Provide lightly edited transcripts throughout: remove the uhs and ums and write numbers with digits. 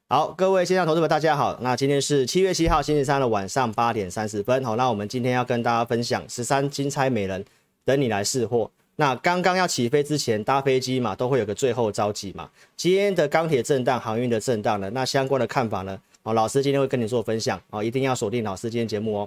好，各位线上投资者大家好，那今天是7月7号星期三的晚上8点30分。好，那我们今天要跟大家分享13金钗美人等你来试货。那刚刚要起飞之前搭飞机嘛，都会有个最后召集嘛。今天的钢铁震荡、航运的震荡呢，那相关的看法呢，老师今天会跟你做分享，一定要锁定老师今天节目哦。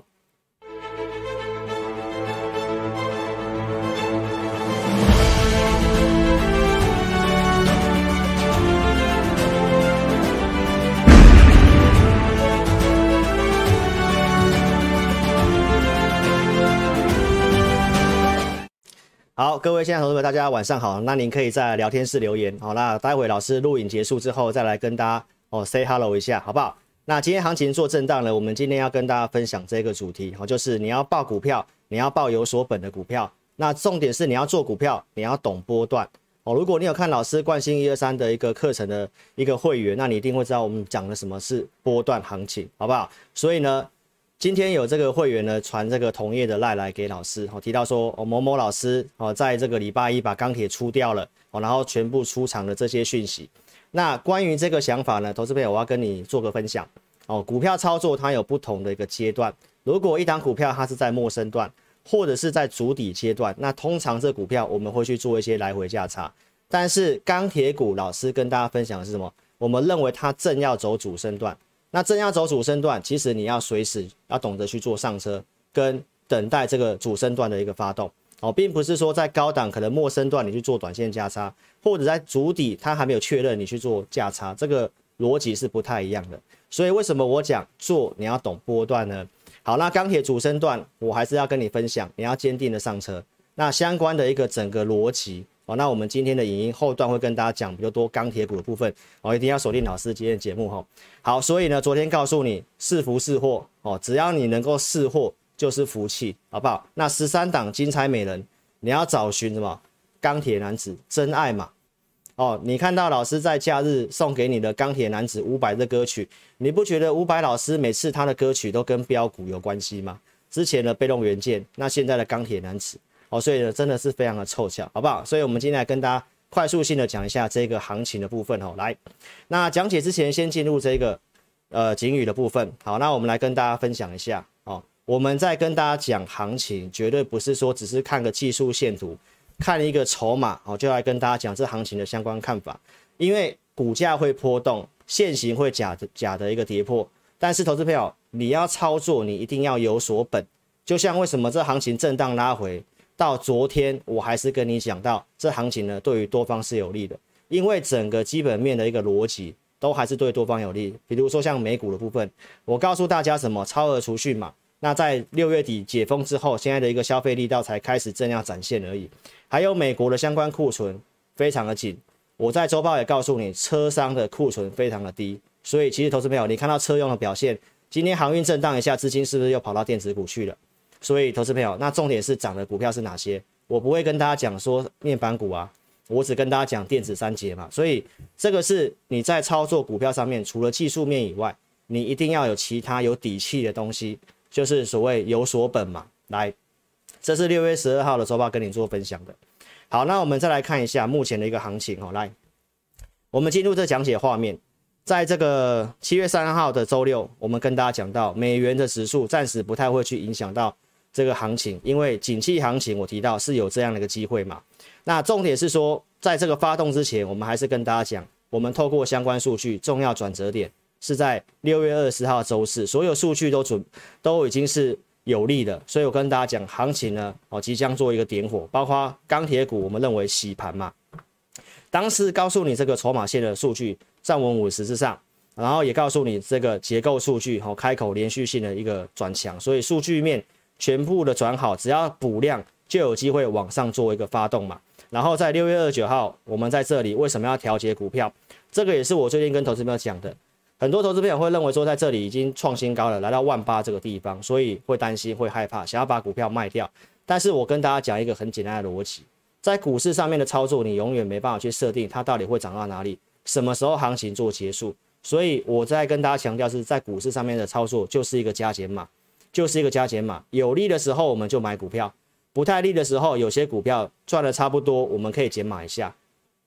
好，各位现在投资者大家晚上好，那您可以在聊天室留言，好，那待会老师录影结束之后再来跟大家say hello 一下，好不好？那今天行情做震荡呢，我们今天要跟大家分享这个主题，就是你要报股票，你要报有所本的股票，那重点是你要做股票，你要懂波段。如果你有看老师冠星123的一个课程的一个会员，那你一定会知道我们讲的什么是波段行情，好不好？所以呢，今天有这个会员呢传这个同业的赖来给老师，提到说某某老师在这个礼拜一把钢铁出掉了，然后全部出场的这些讯息。那关于这个想法呢，投资朋友我要跟你做个分享股票操作它有不同的一个阶段，如果一档股票它是在末升段或者是在筑底阶段，那通常这股票我们会去做一些来回价差。但是钢铁股老师跟大家分享的是什么？我们认为它正要走主升段。那正要走主升段，其实你要随时要懂得去做上车，跟等待这个主升段的一个发动并不是说在高档可能末升段你去做短线价差，或者在筑底它还没有确认你去做价差，这个逻辑是不太一样的。所以为什么我讲做你要懂波段呢？好，那钢铁主升段我还是要跟你分享，你要坚定的上车。那相关的一个整个逻辑那我们今天的影音后段会跟大家讲比较多钢铁股的部分一定要锁定老师今天的节目好，所以呢，昨天告诉你是福是祸只要你能够是祸就是福气，好不好？那13档金钗美人，你要找寻什么？钢铁男子真爱嘛你看到老师在假日送给你的钢铁男子伍佰的歌曲，你不觉得伍佰老师每次他的歌曲都跟标股有关系吗？之前的被动元件，那现在的钢铁男子所以呢，真的是非常的凑巧，好不好？所以我们今天来跟大家快速性的讲一下这个行情的部分来，那讲解之前先进入这个警语的部分。好，那我们来跟大家分享一下我们在跟大家讲行情，绝对不是说只是看个技术线图，看一个筹码就来跟大家讲这行情的相关看法。因为股价会波动，现行会假的一个跌破，但是投资朋友你要操作，你一定要有所本。就像为什么这行情震荡拉回到昨天，我还是跟你讲到这行情呢，对于多方是有利的，因为整个基本面的一个逻辑都还是对多方有利。比如说像美股的部分，我告诉大家什么超额储蓄嘛，那在6月底解封之后，现在的一个消费力道才开始正要展现而已。还有美国的相关库存非常的紧，我在周报也告诉你，车商的库存非常的低，所以其实投资朋友，你看到车用的表现，今天航运震荡一下，资金是不是又跑到电子股去了？所以投资朋友，那重点是涨的股票是哪些？我不会跟大家讲说面板股啊，我只跟大家讲电子三节嘛。所以这个是你在操作股票上面，除了技术面以外，你一定要有其他有底气的东西，就是所谓有所本嘛。来，这是6月12号的周报跟你做分享的。好，那我们再来看一下目前的一个行情来，我们进入这讲解画面。在这个7月3号的周六，我们跟大家讲到美元的指数暂时不太会去影响到这个行情，因为景气行情我提到是有这样的一个机会嘛。那重点是说，在这个发动之前，我们还是跟大家讲，我们透过相关数据，重要转折点是在6月20号周四，所有数据都已经是有利的，所以我跟大家讲，行情呢即将做一个点火，包括钢铁股，我们认为洗盘嘛。当时告诉你这个筹码线的数据站稳50之上，然后也告诉你这个结构数据开口连续性的一个转强，所以数据面全部的转好，只要补量就有机会往上做一个发动嘛。然后在6月29号，我们在这里为什么要调节股票？这个也是我最近跟投资朋友讲的。很多投资朋友会认为说，在这里已经创新高了，来到18000这个地方，所以会担心、会害怕，想要把股票卖掉。但是我跟大家讲一个很简单的逻辑，在股市上面的操作，你永远没办法去设定它到底会涨到哪里，什么时候行情做结束。所以我在跟大家强调，是在股市上面的操作就是一个加减码，就是一个加减码。有利的时候我们就买股票，不太利的时候，有些股票赚的差不多，我们可以减码一下。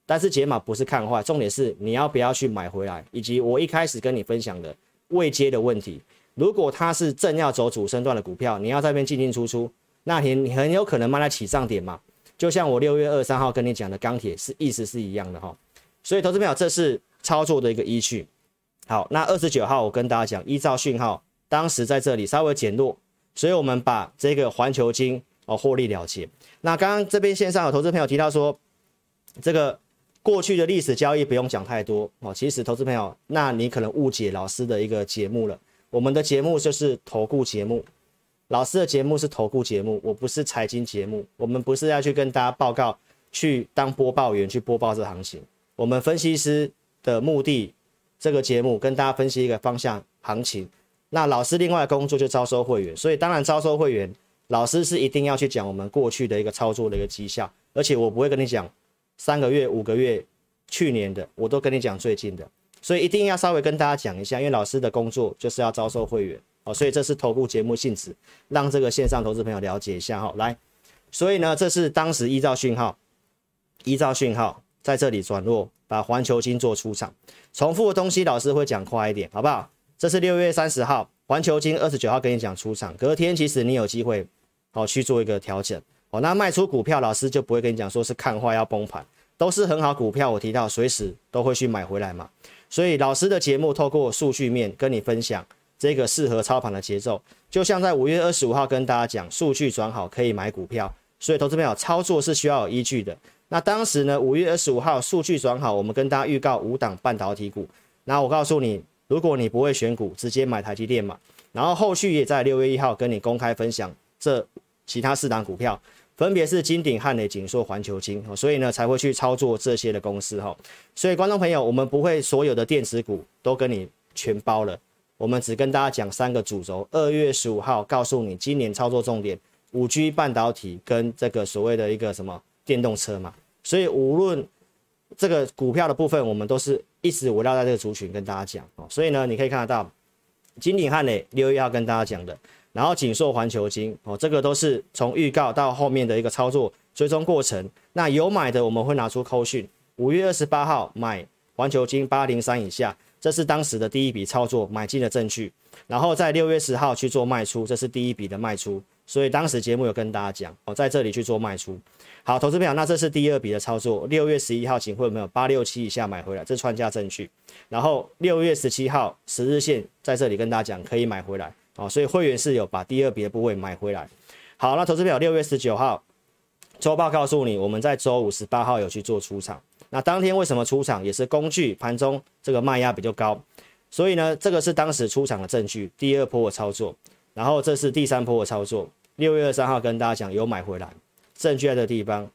但是解码不是看坏，重点是你要不要去买回来，以及我一开始跟你分享的位阶的问题。如果它是正要走主升段的股票，你要在这边进进出出，那你很有可能卖在起涨点嘛。就像我6月23号跟你讲的钢铁是意思是一样的哈。所以投资朋友，这是操作的一个依据。好，那29号我跟大家讲，依照讯号，当时在这里稍微减弱，所以我们把这个环球金获利了结。那刚刚这边线上有投资朋友提到说，这个过去的历史交易不用讲太多哦。其实投资朋友，那你可能误解老师的一个节目了。我们的节目就是投顾节目，老师的节目是投顾节目，我不是财经节目，我们不是要去跟大家报告，去当播报员去播报这行情。我们分析师的目的，这个节目跟大家分析一个方向行情。那老师另外的工作就招收会员，所以当然招收会员，老师是一定要去讲我们过去的一个操作的一个绩效，而且我不会跟你讲3个月、5个月、去年的，我都跟你讲最近的。所以一定要稍微跟大家讲一下，因为老师的工作就是要招收会员哦，所以这是投顾节目性质，让这个线上投资朋友了解一下哈。来，所以呢，这是当时依照讯号在这里转弱，把环球金做出场。重复的东西老师会讲快一点，好不好？这是6月30号，环球金29号跟你讲出场，隔天其实你有机会去做一个调整哦。那卖出股票，老师就不会跟你讲说是看坏要崩盘，都是很好股票，我提到随时都会去买回来嘛。所以老师的节目透过数据面跟你分享这个适合操盘的节奏，就像在5月25号跟大家讲，数据转好可以买股票，所以投资朋友操作是需要有依据的。那当时呢，5月25号数据转好，我们跟大家预告5档半导体股，那我告诉你，如果你不会选股，直接买台积电嘛。然后后续也在6月1号跟你公开分享这其他4档股票。分别是金鼎、汉磊、景硕、环球金，所以呢才会去操作这些的公司哈。所以观众朋友，我们不会所有的电子股都跟你全包了，我们只跟大家讲3个主轴。2月15号告诉你今年操作重点，5G 半导体跟这个所谓的一个什么电动车嘛。所以无论这个股票的部分，我们都是一直围绕在这个族群跟大家讲。所以呢，你可以看得到金鼎、汉磊6月1号跟大家讲的。然后景硕、环球金这个都是从预告到后面的一个操作追踪过程。那有买的我们会拿出扣讯，5月28号买环球金803以下，这是当时的第一笔操作买进的证据。然后在6月10号去做卖出，这是第一笔的卖出。所以当时节目有跟大家讲在这里去做卖出。好，投资朋友，那这是第二笔的操作。6月11号请会有没有867以下买回来，这是穿价证据。然后6月17号10日线在这里跟大家讲可以买回来。所以会员是有把第二笔的部位买回来。好，那投资表6月19号周报告诉你，我们在周5 18号有去做出场。那当天为什么出场？也是工具盘中这个卖压比较高，所以呢，这个是当时出场的证据，第二波的操作。然后这是第3波的操作。6月23号跟大家讲有买回来，证据在这个地方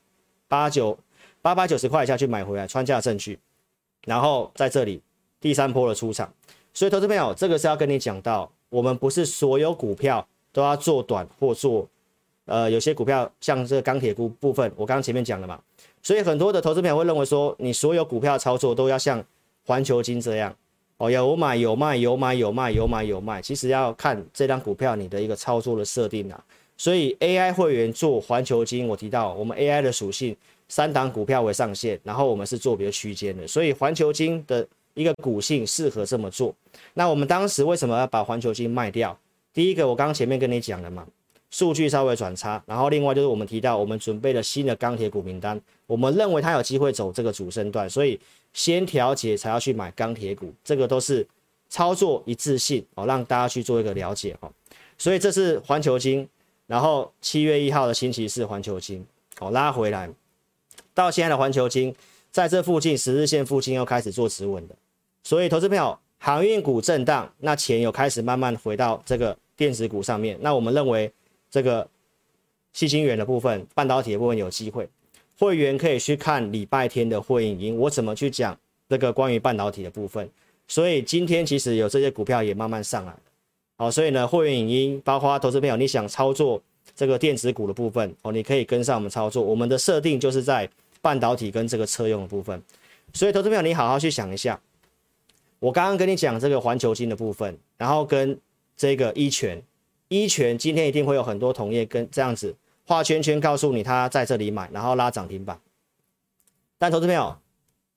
，890块以下去买回来，穿价证据。然后在这里第3波的出场。所以投资朋友，这个是要跟你讲到。我们不是所有股票都要做短或做，有些股票像这个钢铁股部分，我刚刚前面讲了嘛，所以很多的投资朋友会认为说，你所有股票操作都要像环球金这样，有买有卖，有买有卖，有买有卖，其实要看这张股票你的一个操作的设定啊。所以 AI 会员做环球金，我提到我们 AI 的属性，3档股票为上限，然后我们是做比较区间的，所以环球金的一个股性适合这么做。那我们当时为什么要把环球金卖掉？第一个我刚刚前面跟你讲了嘛，数据稍微转差，然后另外就是我们提到我们准备了新的钢铁股名单，我们认为它有机会走这个主升段，所以先调节才要去买钢铁股，这个都是操作一致性让大家去做一个了解所以这是环球金，然后7月1号的星期四环球金拉回来，到现在的环球金在这附近10日线附近又开始做止稳的。所以投资朋友，航运股震荡，那钱有开始慢慢回到这个电子股上面。那我们认为这个矽晶圆的部分、半导体的部分有机会。会员可以去看礼拜天的会影音，我怎么去讲这个关于半导体的部分。所以今天其实有这些股票也慢慢上来了。好，所以呢，会员影音包括投资朋友，你想操作这个电子股的部分你可以跟上我们操作。我们的设定就是在半导体跟这个车用的部分。所以投资朋友，你好好去想一下。我刚刚跟你讲这个环球金的部分，然后跟这个一拳今天一定会有很多同业跟这样子画圈圈告诉你他在这里买，然后拉涨停板。但投资朋友，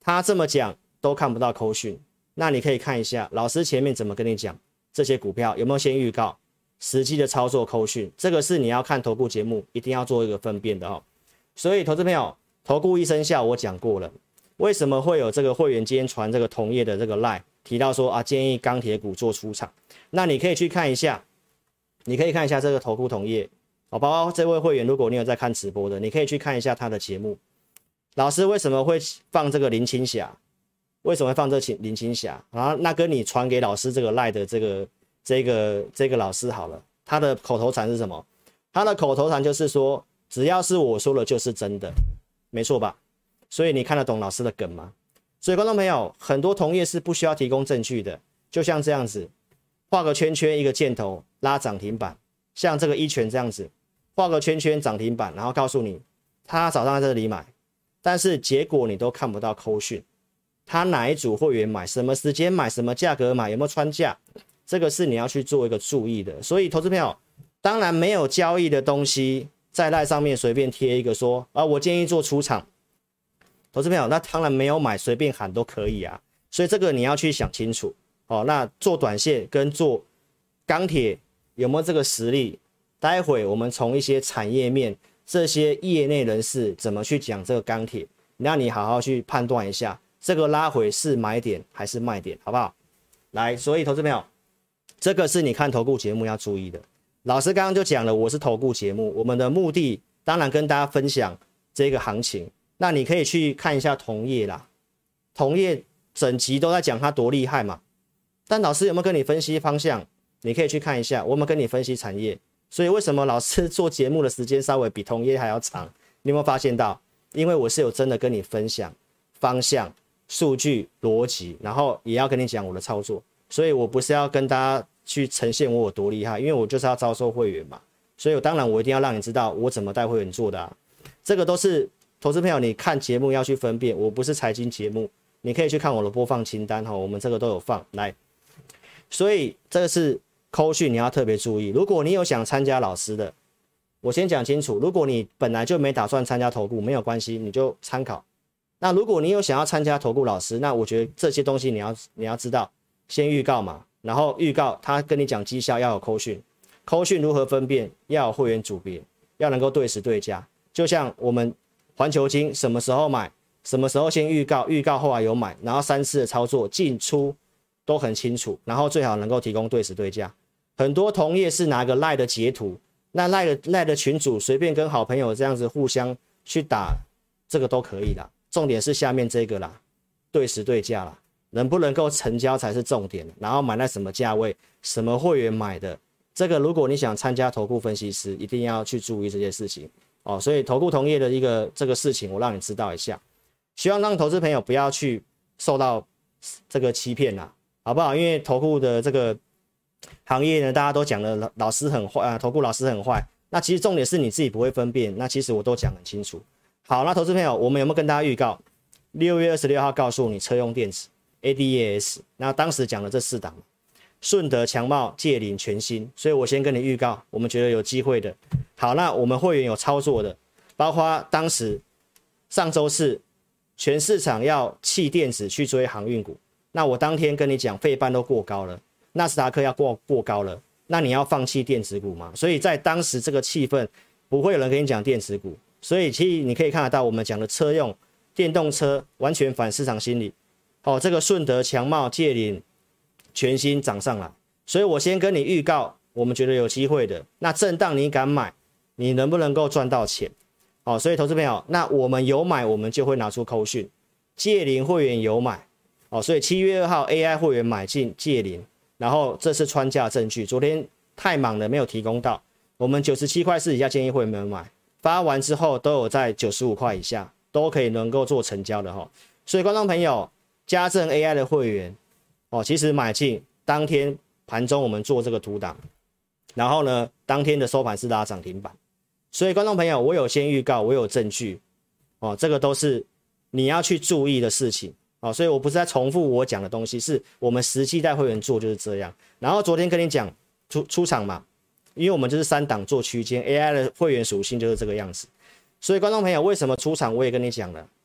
他这么讲都看不到扣讯，那你可以看一下老师前面怎么跟你讲这些股票有没有先预告，实际的操作扣讯，这个是你要看投顾节目一定要做一个分辨的哦。所以投资朋友，投顾一生效我讲过了，为什么会有这个会员今天传这个同业的这个 LINE 提到说啊，建议钢铁股做出场，那你可以去看一下，你可以看一下这个投顾同业哦，包括这位会员，如果你有在看直播的，你可以去看一下他的节目。老师为什么会放这个林青霞？为什么会放这林青霞？啊，那跟你传给老师这个 LINE 的这个老师好了，他的口头禅是什么？他的口头禅就是说，只要是我说了就是真的，没错吧？所以你看得懂老师的梗吗？所以观众朋友，很多同业是不需要提供证据的，就像这样子，画个圈圈一个箭头拉涨停板，像这个一拳这样子，画个圈圈涨停板，然后告诉你他早上在这里买，但是结果你都看不到扣讯，他哪一组会员买，什么时间买，什么价格买，有没有穿价，这个是你要去做一个注意的。所以投资朋友，当然没有交易的东西在LINE上面随便贴一个说啊，我建议做出场，投资朋友，那当然没有买随便喊都可以啊。所以这个你要去想清楚哦。那做短线跟做钢铁有没有这个实力？待会我们从一些产业面，这些业内人士怎么去讲这个钢铁，让你好好去判断一下，这个拉回是买点还是卖点，好不好？来，所以投资朋友，这个是你看投顾节目要注意的。老师刚刚就讲了，我是投顾节目，我们的目的当然跟大家分享这个行情。那你可以去看一下同业啦，同业整集都在讲它多厉害嘛，但老师有没有跟你分析方向？你可以去看一下，我有没有跟你分析产业？所以为什么老师做节目的时间稍微比同业还要长？你有没有发现到？因为我是有真的跟你分享方向、数据、逻辑，然后也要跟你讲我的操作，所以我不是要跟大家去呈现我有多厉害，因为我就是要招收会员嘛，所以我当然我一定要让你知道我怎么带会员做的啊，这个都是投资朋友你看节目要去分辨，我不是财经节目，你可以去看我的播放清单哈，我们这个都有放来，所以这个是扣讯你要特别注意，如果你有想参加老师的，我先讲清楚，如果你本来就没打算参加投顾，没有关系，你就参考。那如果你有想要参加投顾老师，那我觉得这些东西你要知道，先预告嘛，然后预告他跟你讲绩效要有扣讯，扣讯如何分辨，要有会员组别，要能够对时对价。就像我们环球金什么时候买，什么时候先预告，预告后来有买，然后3次的操作进出都很清楚，然后最好能够提供对时对价。很多同业是拿个LINE的截图，那赖的群组随便跟好朋友这样子互相去打，这个都可以啦。重点是下面这个啦，对时对价啦，能不能够成交才是重点。然后买在什么价位，什么会员买的，这个如果你想参加投顾分析师，一定要去注意这些事情哦。所以投顾同业的一个这个事情，我让你知道一下，希望让投资朋友不要去受到这个欺骗啦，好不好？因为投顾的这个行业呢，大家都讲了老师很坏啊，投顾老师很坏。那其实重点是你自己不会分辨，那其实我都讲很清楚。好，那投资朋友，我们有没有跟大家预告？6月26号告诉你车用电子 ADAS， 那当时讲了这4档，顺德、强茂、界岭、全新，所以我先跟你预告，我们觉得有机会的。好，那我们会员有操作的，包括当时上周四全市场要弃电子去追航运股，那我当天跟你讲，费半都过高了，纳斯达克要过高了，那你要放弃电子股嘛？所以在当时这个气氛，不会有人跟你讲电子股。所以其实你可以看得到，我们讲的车用电动车完全反市场心理。哦，这个顺德、强茂、界岭、全新涨上来，所以我先跟你预告，我们觉得有机会的。那震荡你敢买，你能不能够赚到钱？哦，所以投资朋友，那我们有买，我们就会拿出扣讯。界岭会员有买，哦，所以7月2号 AI 会员买进界岭，然后这是穿价证据。昨天太忙了，没有提供到，我们97块4以下建议会员买。发完之后都有在95块以下，都可以能够做成交的哈。所以观众朋友，嘉正 AI 的会员哦，其实买进当天盘中我们做这个图档，然后呢，当天的收盘是拉涨停板。所以观众朋友，我有先预告，我有证据哦，这个都是你要去注意的事情哦。所以我不是在重复我讲的东西，是我们实际带会员做就是这样。然后昨天跟你讲出场嘛。因为我们就是3档做区间 ，AI 的会员属性就是这个样子，所以观众朋友为什么出场我也跟你讲了，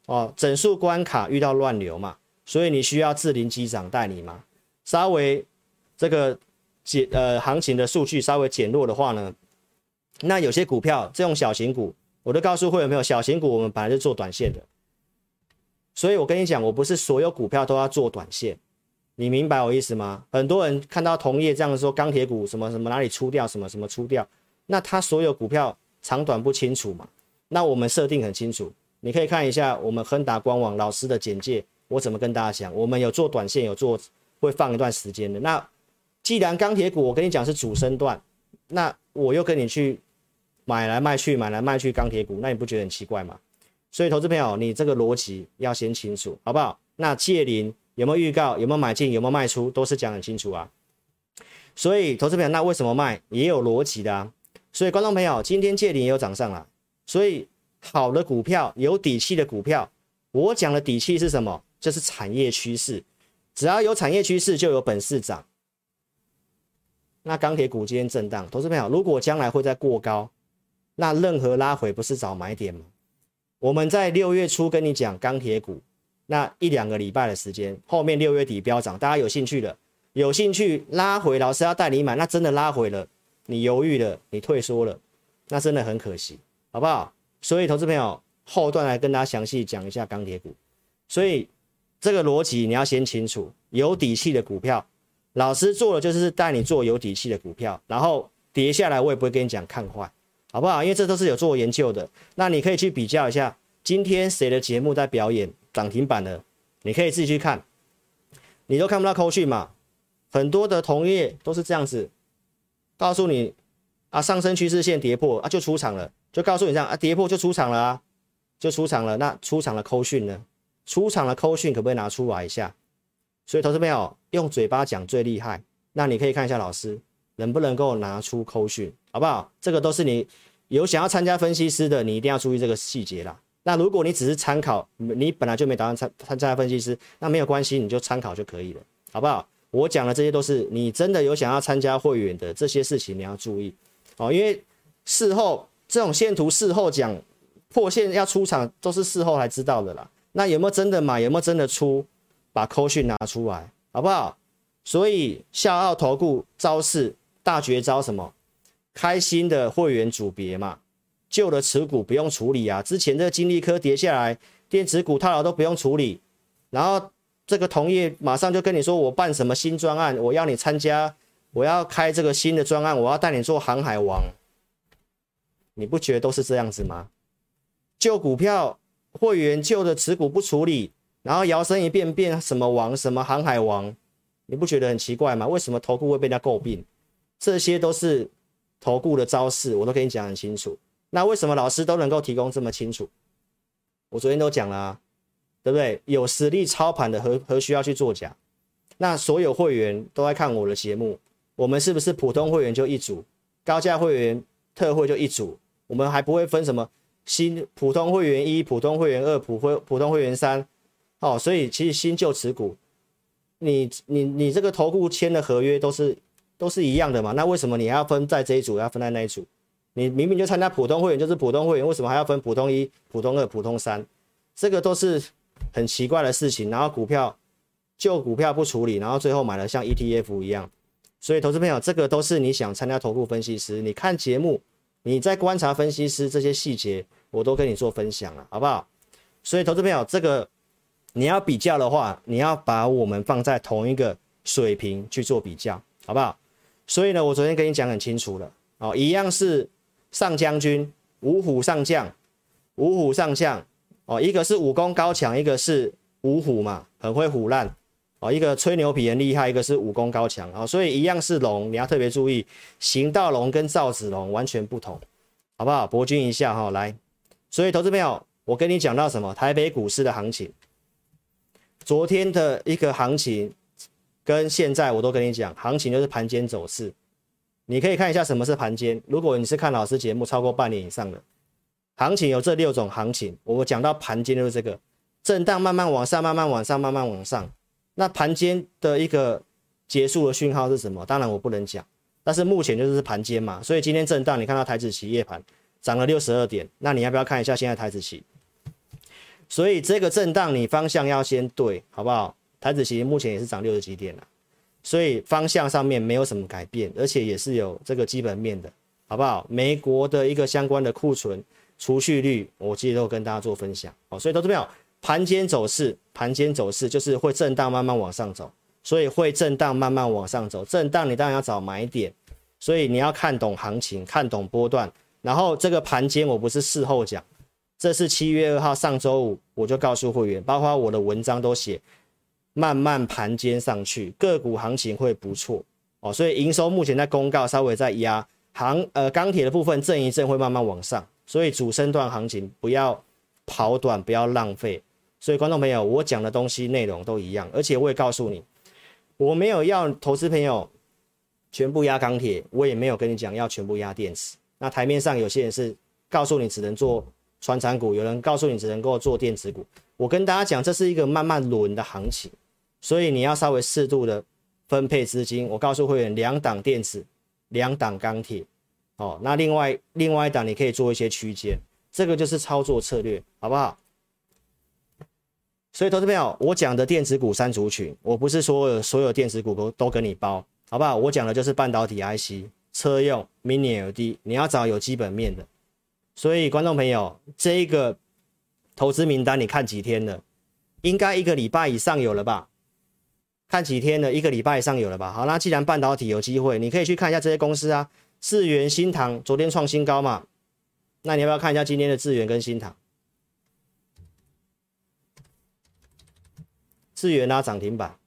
整数关卡遇到乱流嘛，所以你需要智霖机长带你嘛，稍微这个行情的数据稍微减弱的话呢，那有些股票这种小型股，我都告诉会员朋友，小型股我们本来就做短线的，所以我跟你讲，我不是所有股票都要做短线，你明白我意思吗？很多人看到同业这样说，钢铁股什么什么哪里出掉，什么什么出掉，那他所有股票长短不清楚嘛？那我们设定很清楚，你可以看一下我们亨达官网老师的简介，我怎么跟大家讲，我们有做短线，有做会放一段时间的。那既然钢铁股我跟你讲是主升段，那我又跟你去买来卖去钢铁股，那你不觉得很奇怪吗？所以投资朋友，你这个逻辑要先清楚，好不好？那界林有没有预告，有没有买进，有没有卖出，都是讲很清楚啊。所以投资朋友，那为什么卖也有逻辑的啊。所以观众朋友，今天界林也有涨上来，所以好的股票，有底气的股票，我讲的底气是什么？就是产业趋势，只要有产业趋势就有本事涨。那钢铁股今天震荡，投资朋友，如果将来会再过高，那任何拉回不是找买点吗？我们在6月初跟你讲钢铁股，那1-2个礼拜的时间，后面6月底飙涨，大家有兴趣的，有兴趣拉回，老师要带你买，那真的拉回了，你犹豫了，你退缩了，那真的很可惜，好不好？所以投资朋友，后段来跟大家详细讲一下钢铁股。所以这个逻辑你要先清楚，有底气的股票，老师做的就是带你做有底气的股票，然后跌下来我也不会跟你讲看坏，好不好？因为这都是有做研究的，那你可以去比较一下，今天谁的节目在表演涨停板的，你可以自己去看，你都看不到扣讯嘛，很多的同业都是这样子，告诉你啊，上升趋势线跌破啊就出场了，就告诉你这样啊，跌破就出场了啊，就出场了，那出场的扣讯呢？出场的扣讯可不可以拿出来一下？所以投资朋友用嘴巴讲最厉害，那你可以看一下老师能不能够拿出扣讯，好不好？这个都是你有想要参加分析师的，你一定要注意这个细节啦。那如果你只是参考，你本来就没打算参加分析师，那没有关系，你就参考就可以了，好不好？我讲的这些都是你真的有想要参加会员的这些事情，你要注意哦，因为事后这种线图事后讲破线要出场都是事后才知道的啦。那有没有真的买，有没有真的出，把扣讯拿出来，好不好？所以笑傲投顾招式大绝招什么？开新的会员组别嘛，旧的持股不用处理啊。之前这个金利科跌下来，电子股套牢都不用处理，然后这个同业马上就跟你说，我办什么新专案，我要你参加，我要开这个新的专案，我要带你做航海王，你不觉得都是这样子吗？旧股票会员旧的持股不处理，然后摇身一变变什么王什么航海王，你不觉得很奇怪吗？为什么投顾会被人家诟病？这些都是投顾的招式，我都跟你讲很清楚。那为什么老师都能够提供这么清楚？我昨天都讲了啊，对不对？有实力操盘的何须要去作假？那所有会员都在看我的节目，我们是不是普通会员就一组，高价会员特惠就一组？我们还不会分什么新普通会员1、普通会员2、普通会员3，哦，所以其实新旧持股，你这个投顾签的合约都是一样的嘛？那为什么你还要分在这一组，要分在那一组？你明明就参加普通会员就是普通会员，为什么还要分普通1、普通2、普通3？这个都是很奇怪的事情。然后旧股票不处理，然后最后买了像 ETF 一样。所以投资朋友，这个都是你想参加投顾分析师，你看节目，你在观察分析师这些细节，我都跟你做分享了，好不好？所以投资朋友，这个你要比较的话，你要把我们放在同一个水平去做比较，好不好？所以呢，我昨天跟你讲很清楚了，哦，一样是上将军，五虎上将，哦，一个是武功高强，一个是五虎嘛，很会唬烂，哦，一个吹牛皮很厉害，一个是武功高强，哦，所以一样是龙，你要特别注意，行道龙跟赵子龙完全不同，好不好？博君一下哈，来，所以投资朋友，我跟你讲到什么？台北股市的行情，昨天的一个行情跟现在我都跟你讲，行情就是盘间走势。你可以看一下什么是盘间。如果你是看老师节目超过半年以上的，行情有这6种行情，我讲到盘间就是这个震荡慢慢往上，慢慢往上，慢慢往上。那盘间的一个结束的讯号是什么？当然我不能讲，但是目前就是盘间嘛。所以今天震荡，你看到台指期夜盘涨了62点，那你要不要看一下现在台指期？ 所以这个震荡你方向要先对，好不好？台指期目前也是涨60几点了，所以方向上面没有什么改变，而且也是有这个基本面的，好不好？美国的一个相关的库存储蓄率，我记得都跟大家做分享。所以投资朋友，盘间走势就是会震荡慢慢往上走，所以会震荡慢慢往上走，震荡你当然要找买点，所以你要看懂行情，看懂波段，然后这个盘间我不是事后讲。这是7月2号上周五我就告诉会员，包括我的文章都写，慢慢盘间上去，个股行情会不错所以营收目前在公告稍微在压，钢铁的部分震一震会慢慢往上，所以主升段行情不要跑短，不要浪费。所以观众朋友，我讲的东西内容都一样，而且我也告诉你，我没有要投资朋友全部压钢铁，我也没有跟你讲要全部压电池。那台面上有些人是告诉你只能做传产股，有人告诉你只能够做电子股。我跟大家讲，这是一个慢慢轮的行情，所以你要稍微适度的分配资金。我告诉会员，2档电子，2档钢铁，那另外一档你可以做一些区间，这个就是操作策略，好不好？所以投资朋友，我讲的电子股3族群，我不是说所有电子股都跟你包，好不好？我讲的就是半导体 IC、车用、Mini LED， 你要找有基本面的。所以观众朋友，这一个投资名单你看几天了？应该1个礼拜以上有了吧？看几天了？1个礼拜以上有了吧？好，那既然半导体有机会，你可以去看一下这些公司啊，智原、新唐昨天创新高嘛，那你要不要看一下今天的智原跟新唐？智原拉涨停板，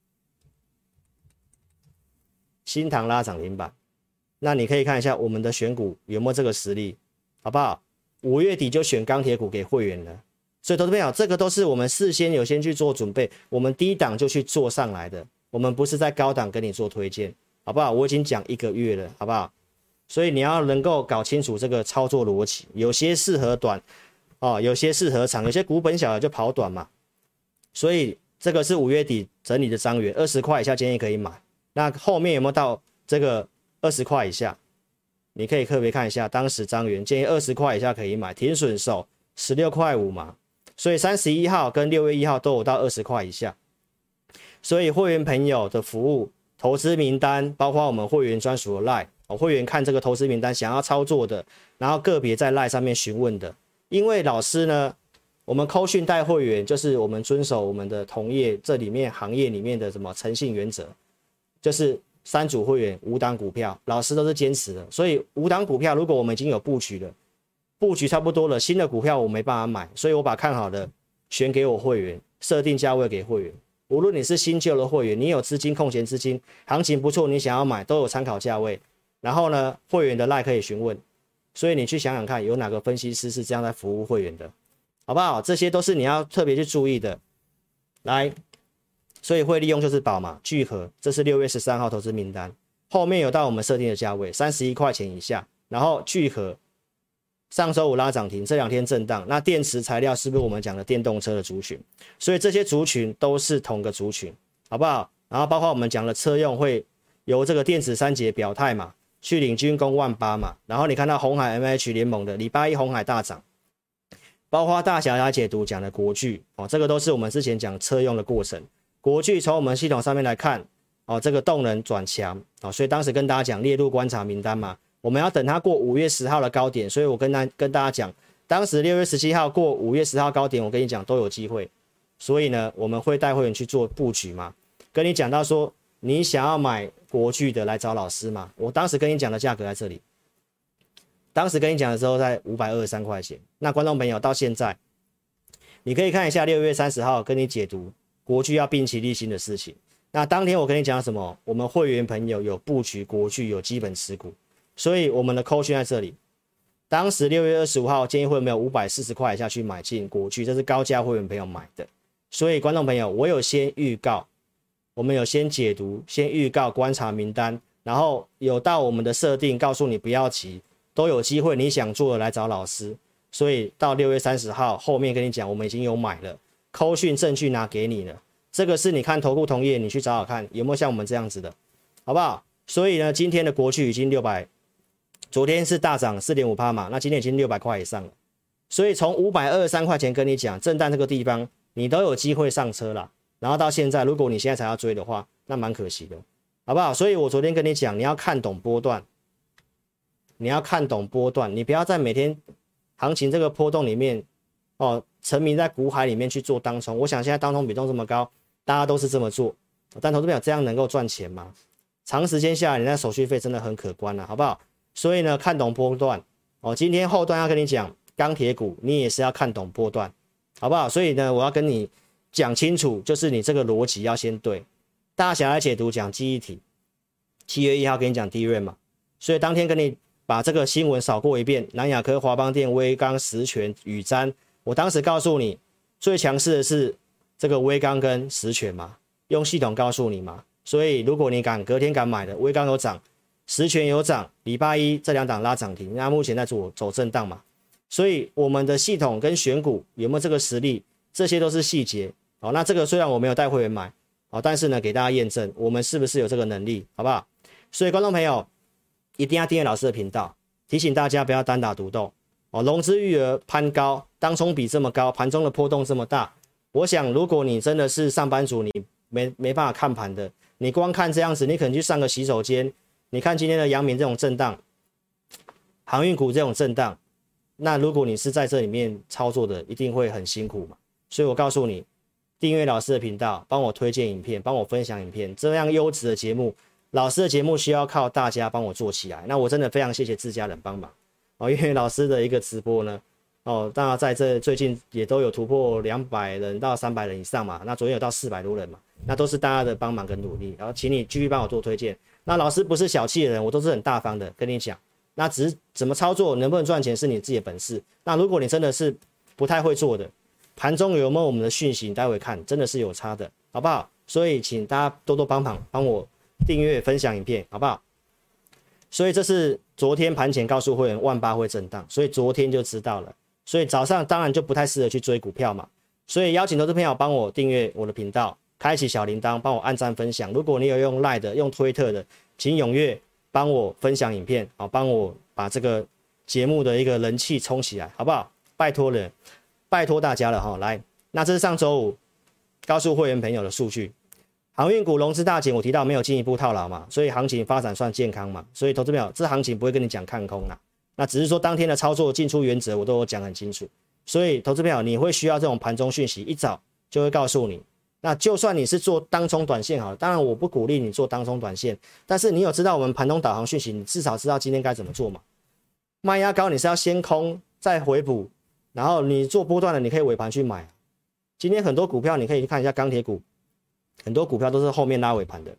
新唐拉涨停板，那你可以看一下我们的选股有没有这个实力，好不好？5月底就选钢铁股给会员了，所以投资朋友，这个都是我们事先有先去做准备，我们低档就去做上来的，我们不是在高档跟你做推荐，好不好？我已经讲1个月了，好不好？所以你要能够搞清楚这个操作逻辑，有些适合短有些适合长，有些股本小的就跑短嘛，所以这个是5月底整理的张元，20块以下建议可以买。那后面有没有到这个20块以下？你可以特别看一下，当时张元建议20块以下可以买，停损手16块5嘛，所以31号跟6月1号都有到20块以下。所以会员朋友的服务、投资名单，包括我们会员专属的 LINE，会员看这个投资名单想要操作的，然后个别在 LINE 上面询问的，因为老师呢，我们扣讯带会员就是我们遵守我们的同业这里面行业里面的什么诚信原则，就是3组会员5档股票，老师都是坚持的。所以5档股票如果我们已经有布局了，布局差不多了，新的股票我没办法买，所以我把看好的选给我会员，设定价位给会员。无论你是新旧的会员，你有资金空闲资金，行情不错，你想要买都有参考价位。然后呢，会员的 LINE 可以询问，所以你去想想看，有哪个分析师是这样在服务会员的，好不好？这些都是你要特别去注意的。来，所以会利用就是宝嘛，聚合，这是6月13号投资名单，后面有到我们设定的价位31块钱以下，然后聚合上周五拉涨停，这2天震荡。那电池材料是不是我们讲的电动车的族群？所以这些族群都是同个族群，好不好？然后包括我们讲的车用会由这个电子三杰表态嘛，去领军攻18000嘛。然后你看到鸿海 MH 联盟的礼拜一鸿海大涨，包括大侠来解读讲的国巨这个都是我们之前讲车用的过程。国巨从我们系统上面来看这个动能转强所以当时跟大家讲列入观察名单嘛。我们要等它过5月10号的高点，所以我跟大家讲，当时6月17号过5月10号高点，我跟你讲都有机会，所以呢，我们会带会员去做布局嘛。跟你讲到说，你想要买国巨的来找老师嘛，我当时跟你讲的价格在这里，当时跟你讲的时候在523块钱。那观众朋友到现在，你可以看一下6月30号跟你解读国巨要并期立新的事情。那当天我跟你讲什么？我们会员朋友有布局国巨，有基本持股。所以我们的扣讯在这里，当时6月25号建议会员没有540块以下去买进国巨，这是高价会员朋友买的。所以观众朋友，我有先预告，我们有先解读，先预告观察名单，然后有到我们的设定，告诉你不要急，都有机会，你想做的来找老师。所以到6月30号后面跟你讲，我们已经有买了，扣讯证据拿给你了。这个是你看投顾同业，你去找找看有没有像我们这样子的，好不好？所以呢，今天的国巨已经600。昨天是大涨4.5%嘛，那今天已经600块以上了， 所以从523块钱跟你讲，震荡这个地方你都有机会上车了。然后到现在，如果你现在才要追的话，那蛮可惜的，好不好？所以我昨天跟你讲，你要看懂波段，你要看懂波段，你不要在每天行情这个波动里面沉迷在股海里面去做当冲。我想现在当冲比重这么高，大家都是这么做，但投资朋友这样能够赚钱吗？长时间下来，你那手续费真的很可观了，好不好？所以呢，看懂波段今天后段要跟你讲钢铁股，你也是要看懂波段，好不好？所以呢，我要跟你讲清楚，就是你这个逻辑要先对。大侠来解读讲记忆体，7月1号跟你讲DRAM嘛，所以当天跟你把这个新闻扫过一遍，南亚科、华邦电、威刚、实权、宇瞻，我当时告诉你最强势的是这个威刚跟实权嘛，用系统告诉你嘛。所以如果你隔天敢买的，威刚有涨，实权有涨，礼拜一这2档拉涨停，那目前在走震荡嘛。所以我们的系统跟选股有没有这个实力，这些都是细节。那这个虽然我没有带会员买，但是呢给大家验证我们是不是有这个能力，好不好？所以观众朋友一定要订阅老师的频道，提醒大家不要单打独斗融资余额攀高，当冲比这么高，盘中的波动这么大，我想如果你真的是上班族，你没办法看盘的，你光看这样子，你可能去上个洗手间，你看今天的阳明这种震荡，航运股这种震荡，那如果你是在这里面操作的，一定会很辛苦嘛。所以我告诉你，订阅老师的频道，帮我推荐影片，帮我分享影片，这样优质的节目，老师的节目需要靠大家帮我做起来。那我真的非常谢谢自家人帮忙因为老师的一个直播呢当然在这最近也都有突破200人到300人以上嘛，那昨天有到400多人嘛，那都是大家的帮忙跟努力，然后请你继续帮我做推荐。那老师不是小气的人，我都是很大方的跟你讲，那只是怎么操作能不能赚钱是你自己的本事。那如果你真的是不太会做的，盘中有没有我们的讯息，你待会看真的是有差的，好不好？所以请大家多多帮忙，帮我订阅分享影片，好不好？所以这是昨天盘前告诉会员18000会震荡，所以昨天就知道了。所以早上当然就不太适合去追股票嘛，所以邀请投资朋友帮我订阅我的频道，开启小铃铛，帮我按赞分享。如果你有用 LINE 的、用推特的，请踊跃帮我分享影片，帮我把这个节目的一个人气冲起来，好不好？拜托了，拜托大家了来，那这是上周五告诉会员朋友的数据，航运股融资大减，我提到没有进一步套牢嘛，所以行情发展算健康嘛，所以投资朋友这行情不会跟你讲看空啦。那只是说当天的操作进出原则我都有讲很清楚，所以投资朋友你会需要这种盘中讯息，一早就会告诉你。那就算你是做当冲短线好了，当然我不鼓励你做当冲短线，但是你有知道我们盘中导航讯息，你至少知道今天该怎么做嘛。卖压高你是要先空再回补，然后你做波段的你可以尾盘去买。今天很多股票你可以去看一下钢铁股，很多股票都是后面拉尾盘的，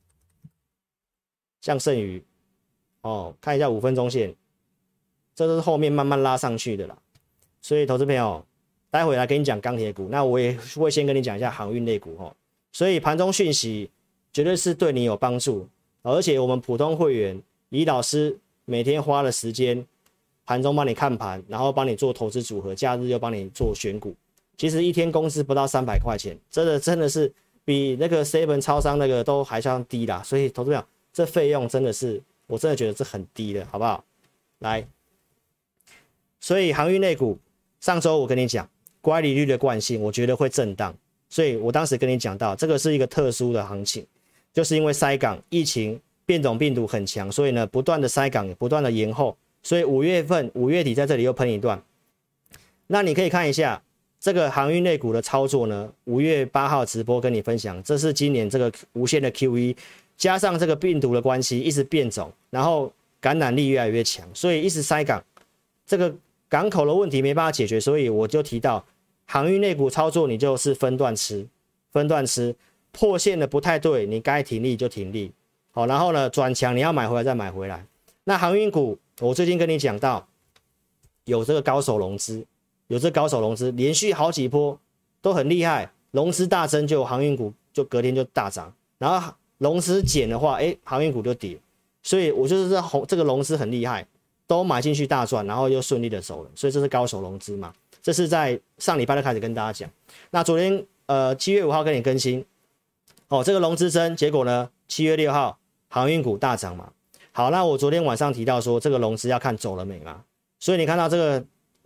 像盛宇看一下5分钟线，这都是后面慢慢拉上去的啦。所以投资朋友待会来跟你讲钢铁股，那我也会先跟你讲一下航运类股所以盘中讯息绝对是对你有帮助，而且我们普通会员李老师每天花了时间盘中帮你看盘，然后帮你做投资组合，假日又帮你做选股，其实一天工资不到300块钱，真的是比那个 7 超商那个都还算低啦。所以投资朋友这费用真的是我真的觉得是很低的，好不好？来，所以航运类股上周我跟你讲乖离率的惯性，我觉得会震荡，所以我当时跟你讲到这个是一个特殊的行情，就是因为塞港疫情变种病毒很强，所以呢不断的塞港不断的延后，所以5月底在这里又喷一段。那你可以看一下这个航运类股的操作呢，5月8号直播跟你分享，这是今年这个无限的 QE 加上这个病毒的关系一直变种，然后感染力越来越强，所以一直塞港，这个港口的问题没办法解决，所以我就提到航运类股操作你就是分段吃，破线的不太对，你该停利就停利，然后呢转强你要买回来再买回来。那航运股我最近跟你讲到有这个高手融资，连续好几波都很厉害，融资大增就航运股就隔天就大涨，然后融资减的话航运股就跌，所以我就是这个融资很厉害，都买进去大赚，然后又顺利的走了，所以这是高手融资嘛。这是在上礼拜就开始跟大家讲，那昨天7月5号跟你更新这个融资增，结果呢7月6号航运股大涨嘛。好，那我昨天晚上提到说这个融资要看走了没嘛，所以你看到这个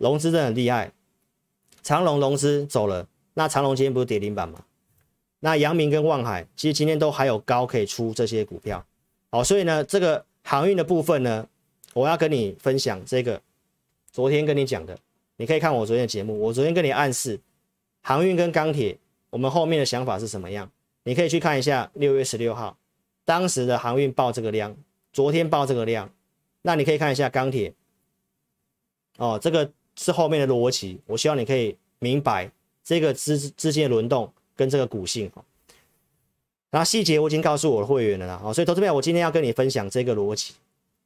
融资真的很厉害，长荣融资走了，那长荣今天不是跌停板吗？那阳明跟万海其实今天都还有高可以出这些股票，好，所以呢，这个航运的部分呢，我要跟你分享这个昨天跟你讲的，你可以看我昨天的节目，我昨天跟你暗示航运跟钢铁，我们后面的想法是什么样，你可以去看一下6月16号当时的航运报这个量，昨天报这个量，那你可以看一下钢铁，哦，这个是后面的逻辑，我希望你可以明白这个资金的轮动跟这个股性。然后细节我已经告诉我的会员了啦，所以投资朋友，我今天要跟你分享这个逻辑，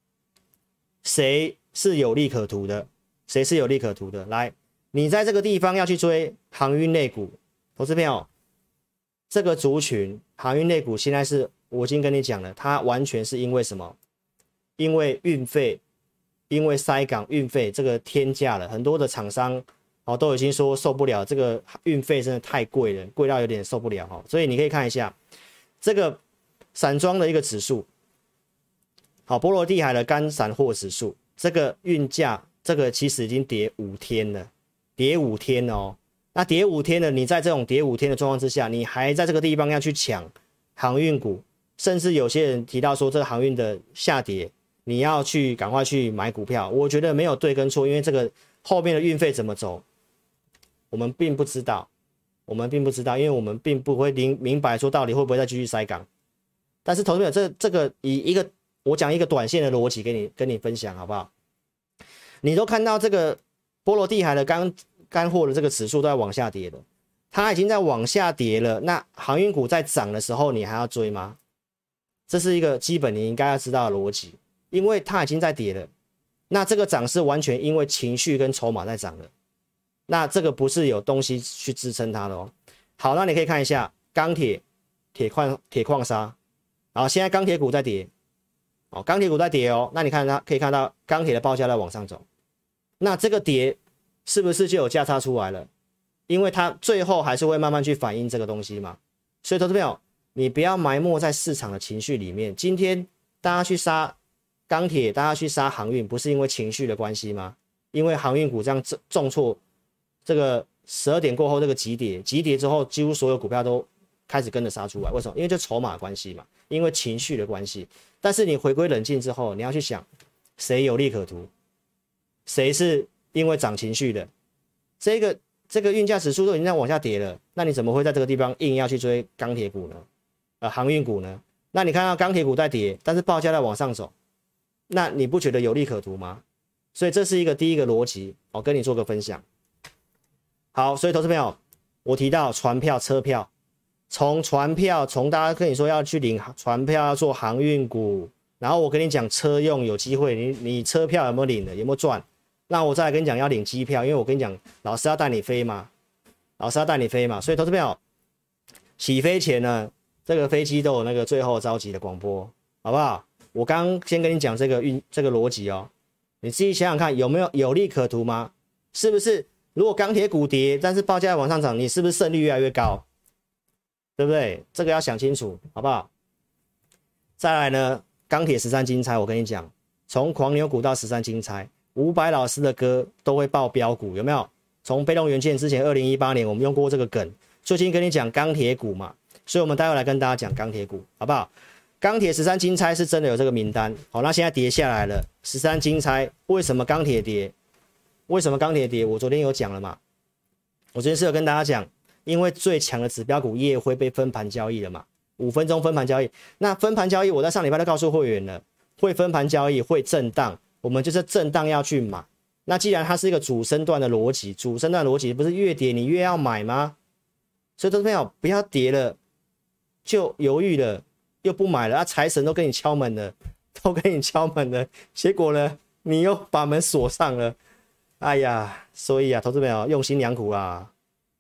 谁是有利可图的，谁是有利可图的。来，你在这个地方要去追航运类股，投资朋友，这个族群航运类股现在是我已经跟你讲了，它完全是因为什么？因为运费，因为塞港运费这个天价了，很多的厂商都已经说受不了，这个运费真的太贵了，贵到有点受不了。所以你可以看一下这个散装的一个指数，好，波罗的海的干散货指数，这个运价这个其实已经跌5天了，跌5天哦。那跌5天了，你在这种跌5天的状况之下，你还在这个地方要去抢航运股，甚至有些人提到说这个航运的下跌，你要去赶快去买股票，我觉得没有对跟错，因为这个后面的运费怎么走，我们并不知道，因为我们并不会明白说到底会不会再继续塞港。但是投资者这个以一个我讲一个短线的逻辑跟你分享好不好？你都看到这个波罗的海的干货的这个指数都在往下跌了，它已经在往下跌了，那航运股在涨的时候你还要追吗？这是一个基本你应该要知道的逻辑，因为它已经在跌了，那这个涨是完全因为情绪跟筹码在涨了，那这个不是有东西去支撑它的哦。好，那你可以看一下钢铁、铁矿砂，然后现在钢铁股在跌，哦，钢铁股在跌哦，那你看它可以看到钢铁的报价在往上走，那这个跌是不是就有价差出来了？因为它最后还是会慢慢去反映这个东西嘛。所以投资朋友，你不要埋没在市场的情绪里面。今天大家去杀钢铁，大家去杀航运，不是因为情绪的关系吗？因为航运股这样重挫，这个12点过后这个急跌之后，几乎所有股票都开始跟着杀出来。为什么？因为就筹码的关系嘛，因为情绪的关系。但是你回归冷静之后，你要去想谁有利可图，谁是因为涨情绪的。这个运价指数都已经在往下跌了，那你怎么会在这个地方硬要去追钢铁股呢？航运股呢？那你看到钢铁股在跌，但是报价在往上走，那你不觉得有利可图吗？所以这是第一个逻辑，我跟你做个分享。好，所以投资朋友，我提到船票、车票，从大家跟你说要去领船票，要做航运股，然后我跟你讲车用有机会，你车票有没有领的，有没有赚？那我再来跟你讲要领机票，因为我跟你讲，老师要带你飞嘛，所以投资朋友起飞前呢，这个飞机都有那个最后召集的广播，好不好？我刚先跟你讲这个逻辑哦，你自己想想看有没有有利可图吗？是不是？如果钢铁股跌，但是报价往上涨，你是不是胜率越来越高？对不对？这个要想清楚，好不好？再来呢，钢铁13金钗，我跟你讲，从狂牛股到13金钗，500老师的歌都会报标股，有没有？从被动元件之前2018年我们用过这个梗，最近跟你讲钢铁股嘛，所以我们待会来跟大家讲钢铁股，好不好？钢铁13金钗是真的有这个名单，好，那现在跌下来了，13金钗为什么钢铁跌？我昨天有讲了嘛，我昨天是有跟大家讲，因为最强的指标股业会被分盘交易了嘛，5分钟分盘交易，那分盘交易我在上礼拜都告诉会员了，会分盘交易会震荡，我们就是震荡要去买。那既然它是一个主升段的逻辑，不是越跌你越要买吗？所以投资朋友不要跌了就犹豫了，又不买了，财神都跟你敲门了，结果呢你又把门锁上了，哎呀，所以投资朋友用心良苦啦，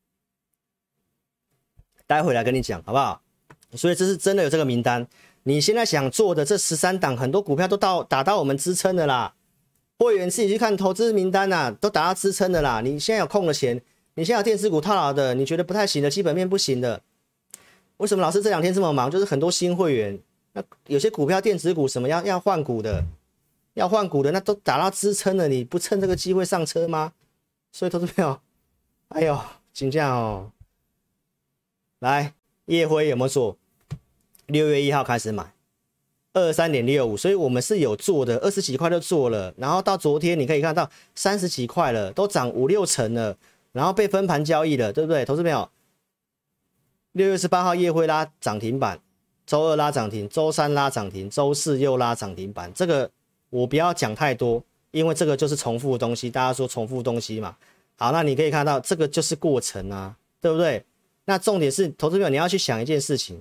待会来跟你讲好不好？所以这是真的有这个名单，你现在想做的这13档很多股票都打到我们支撑的啦，会员自己去看投资名单啊，都打到支撑的啦。你现在有空的钱，你现在有电子股套牢的，你觉得不太行的，基本面不行的，为什么老师这2天这么忙？就是很多新会员，那有些股票电子股什么要换股的，那都打到支撑了，你不趁这个机会上车吗？ 所以投资朋友，哎呦，真这样哦。来，业辉有没有做？6月1号开始买，23.65，所以我们是有做的，20几块就做了，然后到昨天你可以看到30几块了，都涨5、6成了，然后被分盘交易了，对不对？投资朋友，6月18号业辉拉涨停板，周二拉涨停，周三拉涨停，周四又拉涨停板，这个我不要讲太多，因为这个就是重复的东西，大家说重复东西嘛。好，那你可以看到这个就是过程啊，对不对？那重点是，投资朋友你要去想一件事情，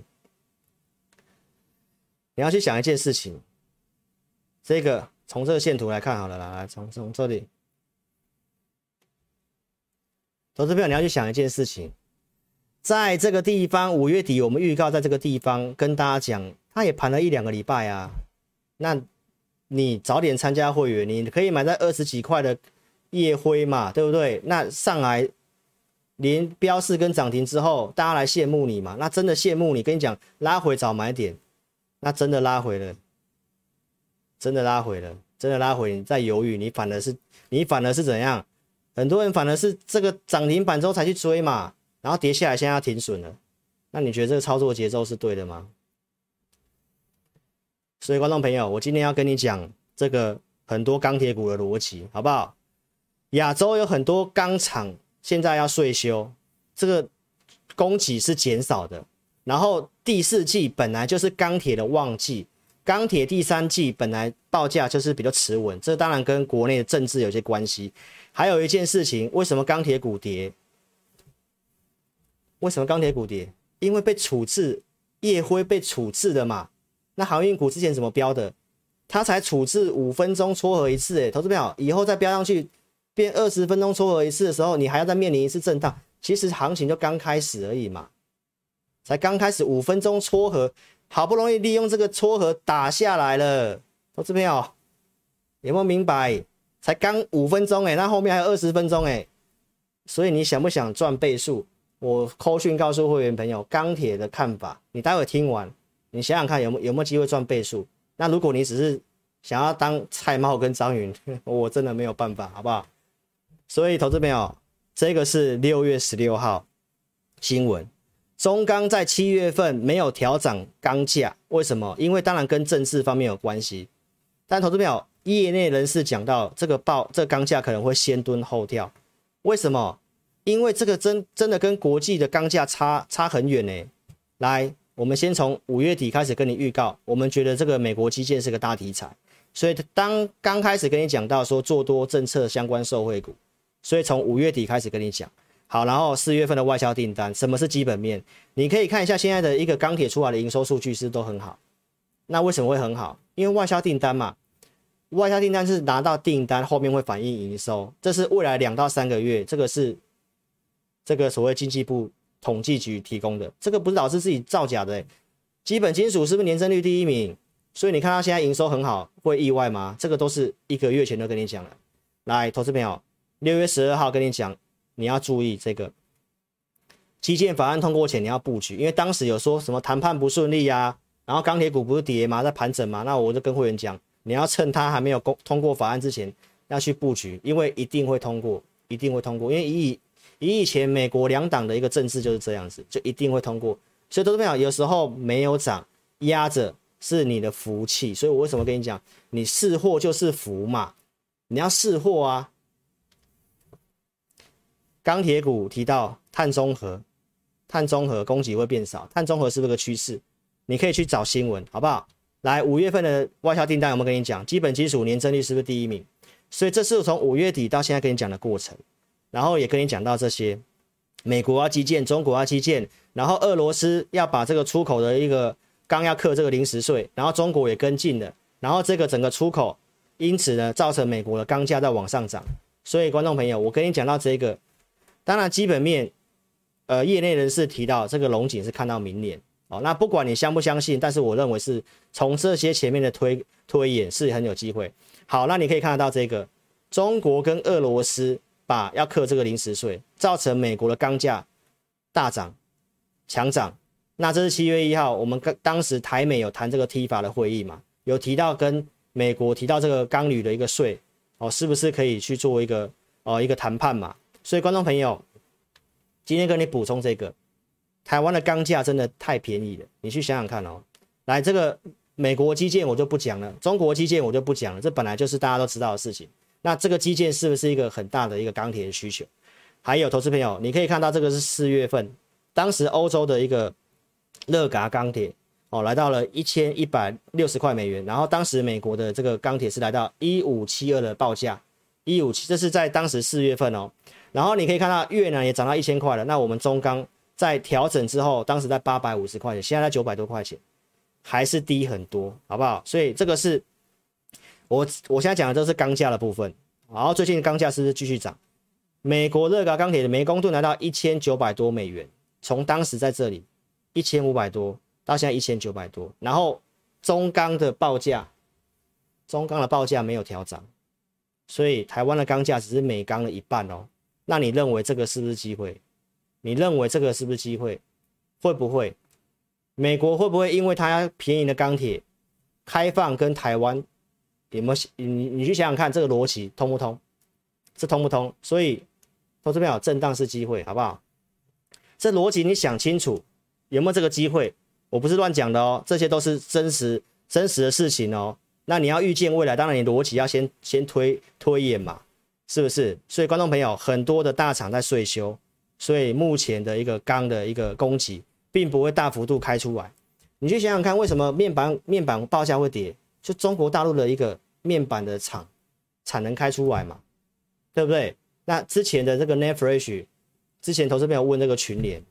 这个从这个线图来看好了啦，来从这里，投资朋友你要去想一件事情，在这个地方5月底我们预告在这个地方跟大家讲，它也盘了1、2个礼拜啊，那你早点参加会员，你可以买在20几块的业辉嘛，对不对？那上来连标示跟涨停之后，大家来羡慕你嘛？那真的羡慕你，跟你讲拉回早买点，那真的拉回了，真的拉回，你再犹豫，你反而是怎样？很多人反而是这个涨停板之后才去追嘛，然后跌下来现在要停损了，那你觉得这个操作节奏是对的吗？所以观众朋友，我今天要跟你讲这个很多钢铁股的逻辑，好不好？亚洲有很多钢厂现在要税收，这个供给是减少的，然后第4季本来就是钢铁的旺季，钢铁第3季本来报价就是比较持稳，这当然跟国内的政治有些关系。还有一件事情，为什么钢铁股跌？因为被处置，业辉被处置的嘛。那航运股之前怎么标的？它才处置5分钟撮合一次，投资朋友以后再标上去变20分钟撮合一次的时候，你还要再面临一次震荡。其实行情就刚开始而已嘛，才刚开始5分钟撮合，好不容易利用这个撮合打下来了，投资朋友有没有明白？才刚5分钟那后面还有20分钟所以你想不想赚倍数？我扣讯告诉会员朋友钢铁的看法，你待会听完，你想想看有没有机会赚倍数？那如果你只是想要当蔡瑁跟张云，我真的没有办法，好不好？所以投资朋友，这个是6月16号新闻，中钢在7月份没有调涨钢价，为什么？因为当然跟政治方面有关系。但投资朋友，业内人士讲到这个钢价可能会先蹲后跳，为什么？因为这个真的跟国际的钢价差很远来，我们先从5月底开始跟你预告，我们觉得这个美国基建是个大题材，所以当刚开始跟你讲到说做多政策相关受惠股，所以从5月底开始跟你讲。好，然后4月份的外销订单，什么是基本面？你可以看一下现在的一个钢铁出来的营收数据是都很好。那为什么会很好？因为外销订单嘛，外销订单是拿到订单后面会反映营收，这是未来2到3个月，这个是这个所谓经济部统计局提供的，这个不是老师自己造假的基本金属是不是年增率第1名？所以你看到现在营收很好，会意外吗？这个都是1个月前都跟你讲了。来，投资朋友，6月12号跟你讲，你要注意这个基建法案通过前你要布局，因为当时有说什么谈判不顺利啊，然后钢铁股不是跌吗？在盘整嘛，那我就跟会员讲，你要趁它还没有通过法案之前要去布局，因为一定会通过，因为以前美国2党的一个政治就是这样子，就一定会通过。所以投资朋友有时候没有涨压着是你的福气，所以我为什么跟你讲，你试货就是福嘛，你要试货啊。钢铁股提到碳中和供给会变少，碳中和是不是个趋势？你可以去找新闻，好不好？来，5月份的外销订单有没有跟你讲？基本金属年增率是不是第1名？所以这是从5月底到现在跟你讲的过程，然后也跟你讲到这些，美国要基建，中国要基建，然后俄罗斯要把这个出口的一个钢要课这个临时税，然后中国也跟进了，然后这个整个出口，因此呢造成美国的钢价在往上涨。所以观众朋友，我跟你讲到这个，当然基本面，业内人士提到这个龙井是看到明年。那不管你相不相信，但是我认为是从这些前面的推演是很有机会。好，那你可以看得到这个中国跟俄罗斯要课这个临时税，造成美国的钢价大涨强涨。那这是7月1号，我们当时台美有谈这个 T 法的会议嘛，有提到跟美国提到这个钢铝的一个税是不是可以去做一个谈判嘛？ 所以观众朋友，今天跟你补充这个，台湾的钢价真的太便宜了，你去想想看哦。来，这个美国基建我就不讲了，中国基建我就不讲了，这本来就是大家都知道的事情。那这个基建是不是一个很大的一个钢铁的需求？还有投资朋友，你可以看到这个是4月份，当时欧洲的一个乐嘎钢铁哦，来到了1160块美元，然后当时美国的这个钢铁是来到1572的报价，157，这是在当时4月份哦。然后你可以看到越南也涨到1000块了，那我们中钢在调整之后，当时在850块钱，现在在900多块钱，还是低很多，好不好？所以这个是我现在讲的都是钢价的部分。然后最近钢价是不是继续涨？美国乐嘎钢铁的每公吨来到1900多美元，从当时在这里1500多到现在1900多，然后中钢的报价没有调涨，所以台湾的钢价只是美钢的一半哦。那你认为这个是不是机会？你认为这个是不是机会？会不会？美国会不会因为它便宜的钢铁开放跟台湾有没有？你去想想看，这个逻辑通不通？这通不通？所以投资朋友，震荡是机会，好不好？这逻辑你想清楚，有没有这个机会？我不是乱讲的哦，这些都是真实的事情哦。那你要预见未来，当然你逻辑要先推演嘛，是不是？所以观众朋友，很多的大厂在税收，所以目前的一个钢的一个供给并不会大幅度开出来。你去想想看，为什么面板报价会跌？就中国大陆的一个面板的产能开出来嘛，对不对？那之前的这个 Netfresh， 之前投资朋友问这个群联，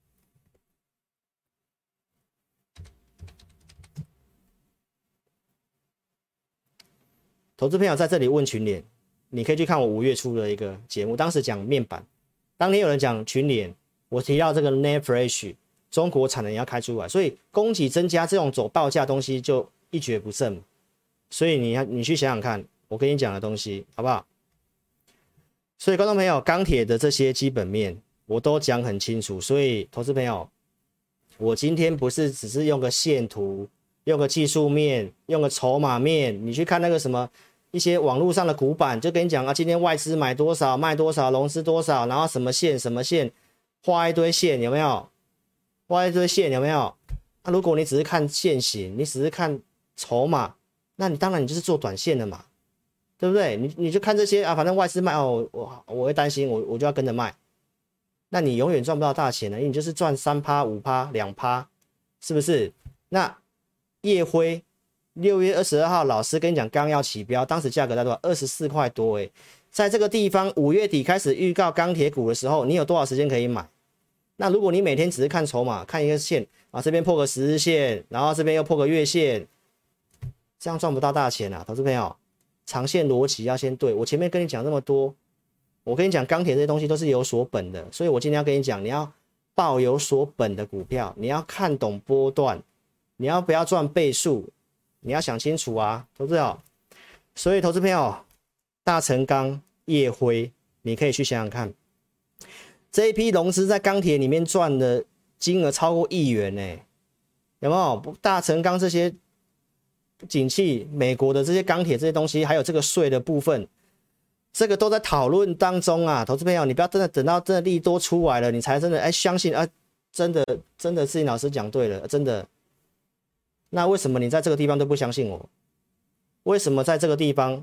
投资朋友在这里问群联，你可以去看我5月初的一个节目，当时讲面板，当天有人讲群联，我提到这个 Netfresh， 中国产能也要开出来，所以供给增加，这种走报价东西就一蹶不振。所以你去想想看，我跟你讲的东西好不好？所以观众朋友，钢铁的这些基本面我都讲很清楚，所以投资朋友，我今天不是只是用个线图，用个技术面，用个筹码面，你去看那个什么一些网络上的股板，就跟你讲啊，今天外资买多少，卖多少，融资多少，然后什么线，画一堆线，有没有？画一堆线，有没有？那如果你只是看线型，你只是看筹码，那你当然你就是做短线的嘛。对不对？你就看这些啊，反正外资卖哦，我会担心，我就要跟着卖，那你永远赚不到大钱了，因为你就是赚3%、5%、2%，是不是？那燁辉6月22号，老师跟你讲刚要起标，当时价格在多少？24块多哎，在这个地方5月底开始预告钢铁股的时候，你有多少时间可以买？那如果你每天只是看筹码，看一个线啊，这边破个10日线，然后这边又破个月线，这样赚不到大钱啊，投资朋友。长线逻辑要先对，我前面跟你讲这么多，我跟你讲钢铁这些东西都是有所本的，所以我今天要跟你讲，你要抱有所本的股票，你要看懂波段，你要不要赚倍数，你要想清楚啊，投资朋友。所以投资朋友，大成钢、燁辉，你可以去想想看，这一批融资在钢铁里面赚的金额超过1亿元呢，有没有？大成钢这些。景气，美国的这些钢铁这些东西，还有这个税的部分，这个都在讨论当中啊，投资朋友，你不要真的等到真的利多出来了，你才真的相信啊，真的志颖老师讲对了，真的。那为什么你在这个地方都不相信我？为什么在这个地方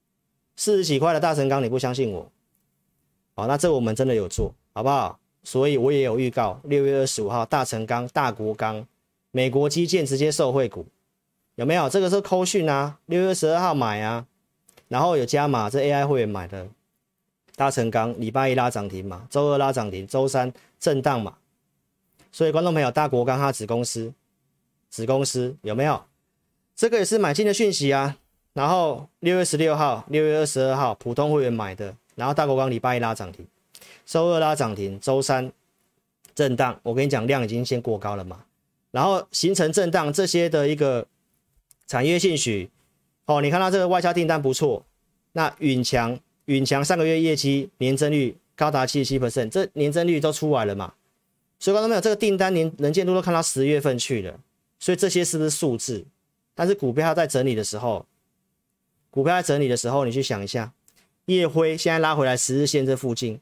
40几块的大成钢你不相信我？好，那这我们真的有做，好不好？所以我也有预告，6月25号大成钢、大国钢、美国基建直接受惠股。有没有？这个是扣讯啊，6月12号买啊，然后有加码，这 AI 会员买的大成钢，礼拜一拉涨停嘛，周二拉涨停，周三震荡嘛。所以观众朋友，大国钢它子公司有没有？这个也是买进的讯息啊。然后6月16号、6月22号普通会员买的，然后大国钢礼拜一拉涨停，周二拉涨停，周三震荡。我跟你讲，量已经先过高了嘛，然后形成震荡，这些的一个。产业兴许，哦，你看到这个外销订单不错，那允强上个月业绩年增率高达77%，这年增率都出来了嘛？所以观众朋友，这个订单能见度都看到10月份去了，所以这些是不是数字？但是股票在整理的时候，你去想一下，燁辉现在拉回来10日线这附近，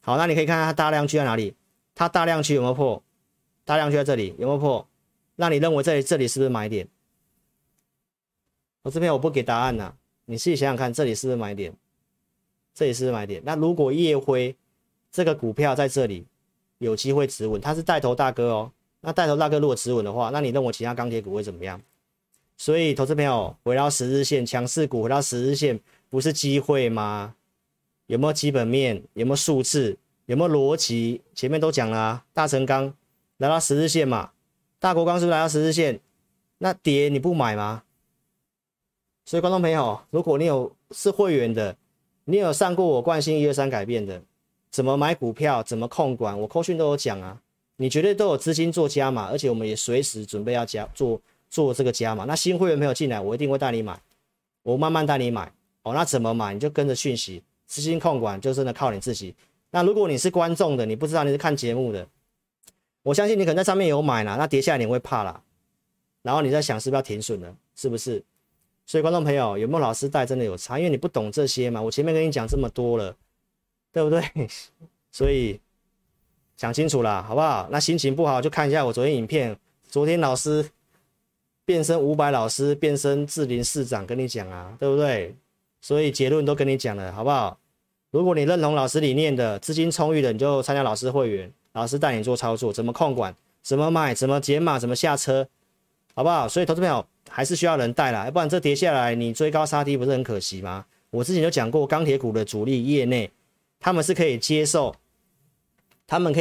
好，那你可以看看它大量区在哪里，它大量区有没有破？大量区在这里有没有破？那你认为这里是不是买点？我这边我不给答案呐，你自己想想看，这里是不是买点？这里是不是买点？那如果燁辉这个股票在这里有机会止稳，它是带头大哥哦。那带头大哥如果止稳的话，那你认为其他钢铁股会怎么样？所以投资朋友回到10日线，强势股回到10日线，不是机会吗？有没有基本面？有没有数字？有没有逻辑？前面都讲了啊，大成钢来到10日线嘛，大国钢是不是来到10日线？那跌你不买吗？所以观众朋友，如果你是会员的，你有上过我惯性123改变的，怎么买股票，怎么控管，我扣讯都有讲啊。你绝对都有资金做加码，而且我们也随时准备要做这个加码。那新会员朋友进来，我一定会带你买，我慢慢带你买哦。那怎么买？你就跟着讯息，资金控管就真的靠你自己。那如果你是观众的，你不知道你是看节目的，我相信你可能在上面有买啦，那跌下来你会怕啦，然后你在想是不是要停损了，是不是？所以观众朋友有没有老师带真的有差，因为你不懂这些嘛。我前面跟你讲这么多了，对不对？所以讲清楚啦，好不好？那心情不好就看一下我昨天影片，昨天老师变身500老师，变身志林市长跟你讲啊，对不对？所以结论都跟你讲了，好不好？如果你认同老师理念的，资金充裕的，你就参加老师会员，老师带你做操作，怎么控管，怎么买，怎么解码，怎么下车，好不好？所以投资朋友还是需要人带啦，要不然这跌下来你追高杀低不是很可惜吗？我之前就讲过，钢铁股的主力业内他们是可以接受，大概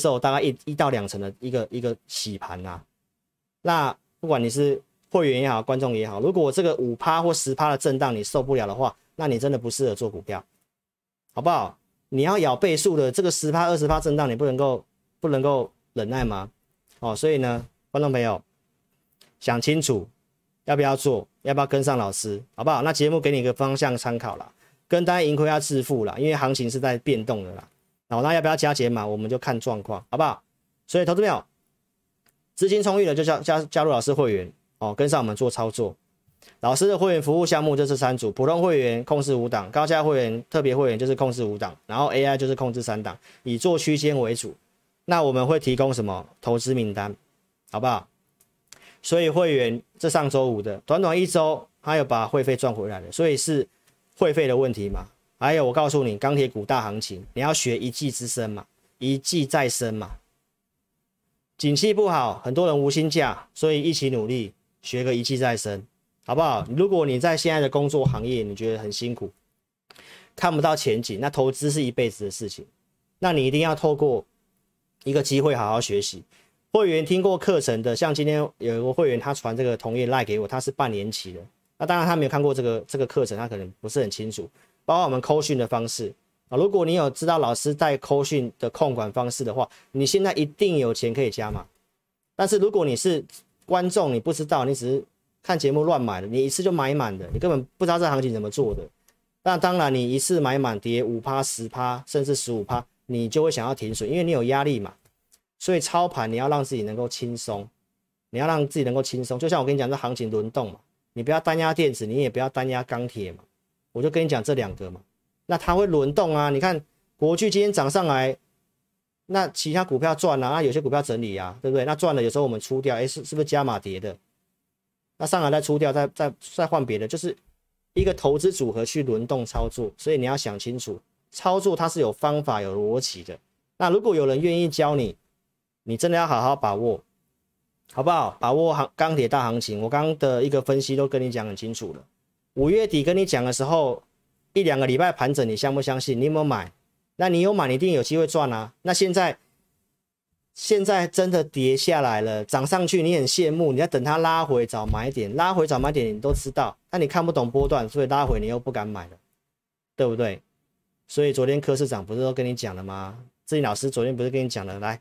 1到2成的一个洗盘啦。那不管你是会员也好，观众也好，如果这个5%或10%的震荡你受不了的话，那你真的不适合做股票，好不好？你要咬倍数的这个10%、20%震荡，你不能够忍耐吗？哦，所以呢，观众朋友想清楚要不要做，要不要跟上老师，好不好？那节目给你一个方向参考啦，跟大家盈亏要自负啦，因为行情是在变动的啦。好，那要不要加减码，我们就看状况，好不好？所以投资朋友资金充裕的就加入老师会员哦，跟上我们做操作。老师的会员服务项目就是3组，普通会员控制5档，高价会员、特别会员就是控制5档，然后 AI 就是控制3档，以做区间为主。那我们会提供什么投资名单，好不好？所以会员这上周五的，短1周他有把会费赚回来了，所以是会费的问题嘛？还有我告诉你，钢铁股大行情，你要学一技之身嘛，一技再生嘛。景气不好，很多人无薪假，所以一起努力，学个一技再生。好不好？如果你在现在的工作行业，你觉得很辛苦，看不到前景，那投资是一辈子的事情，那你一定要透过一个机会好好学习。会员听过课程的，像今天有一个会员他传这个同业赖给我，他是半年期的，那当然他没有看过这个课程，他可能不是很清楚，包括我们扣讯的方式啊。如果你有知道老师带扣讯的控管方式的话，你现在一定有钱可以加码。但是如果你是观众，你不知道，你只是看节目乱买的，你一次就买满的，你根本不知道这行情怎么做的。那当然，你一次买满跌5%、10%，甚至15%，你就会想要停损，因为你有压力嘛。所以操盘你要让自己能够轻松，就像我跟你讲，这行情轮动嘛，你不要单压电子，你也不要单压钢铁嘛。我就跟你讲这2个嘛，那它会轮动啊。你看国巨今天涨上来，那其他股票赚啊，那有些股票整理啊，对不对？那赚了有时候我们出掉，是不是加码跌的？那上来再出掉，再换别的，就是一个投资组合去轮动操作，所以你要想清楚，操作它是有方法有逻辑的。那如果有人愿意教你，你真的要好好把握，好不好？把握钢铁大行情，我刚刚的一个分析都跟你讲很清楚了。5月底跟你讲的时候，1、2个礼拜盘整，你相不相信？你有没有买？那你有买，你一定有机会赚啊。那现在真的跌下来了，涨上去你很羡慕，你要等它拉回找买点，你都知道，但你看不懂波段，所以拉回你又不敢买了，对不对？所以昨天柯市长不是都跟你讲了吗？志颖老师昨天不是跟你讲了，来，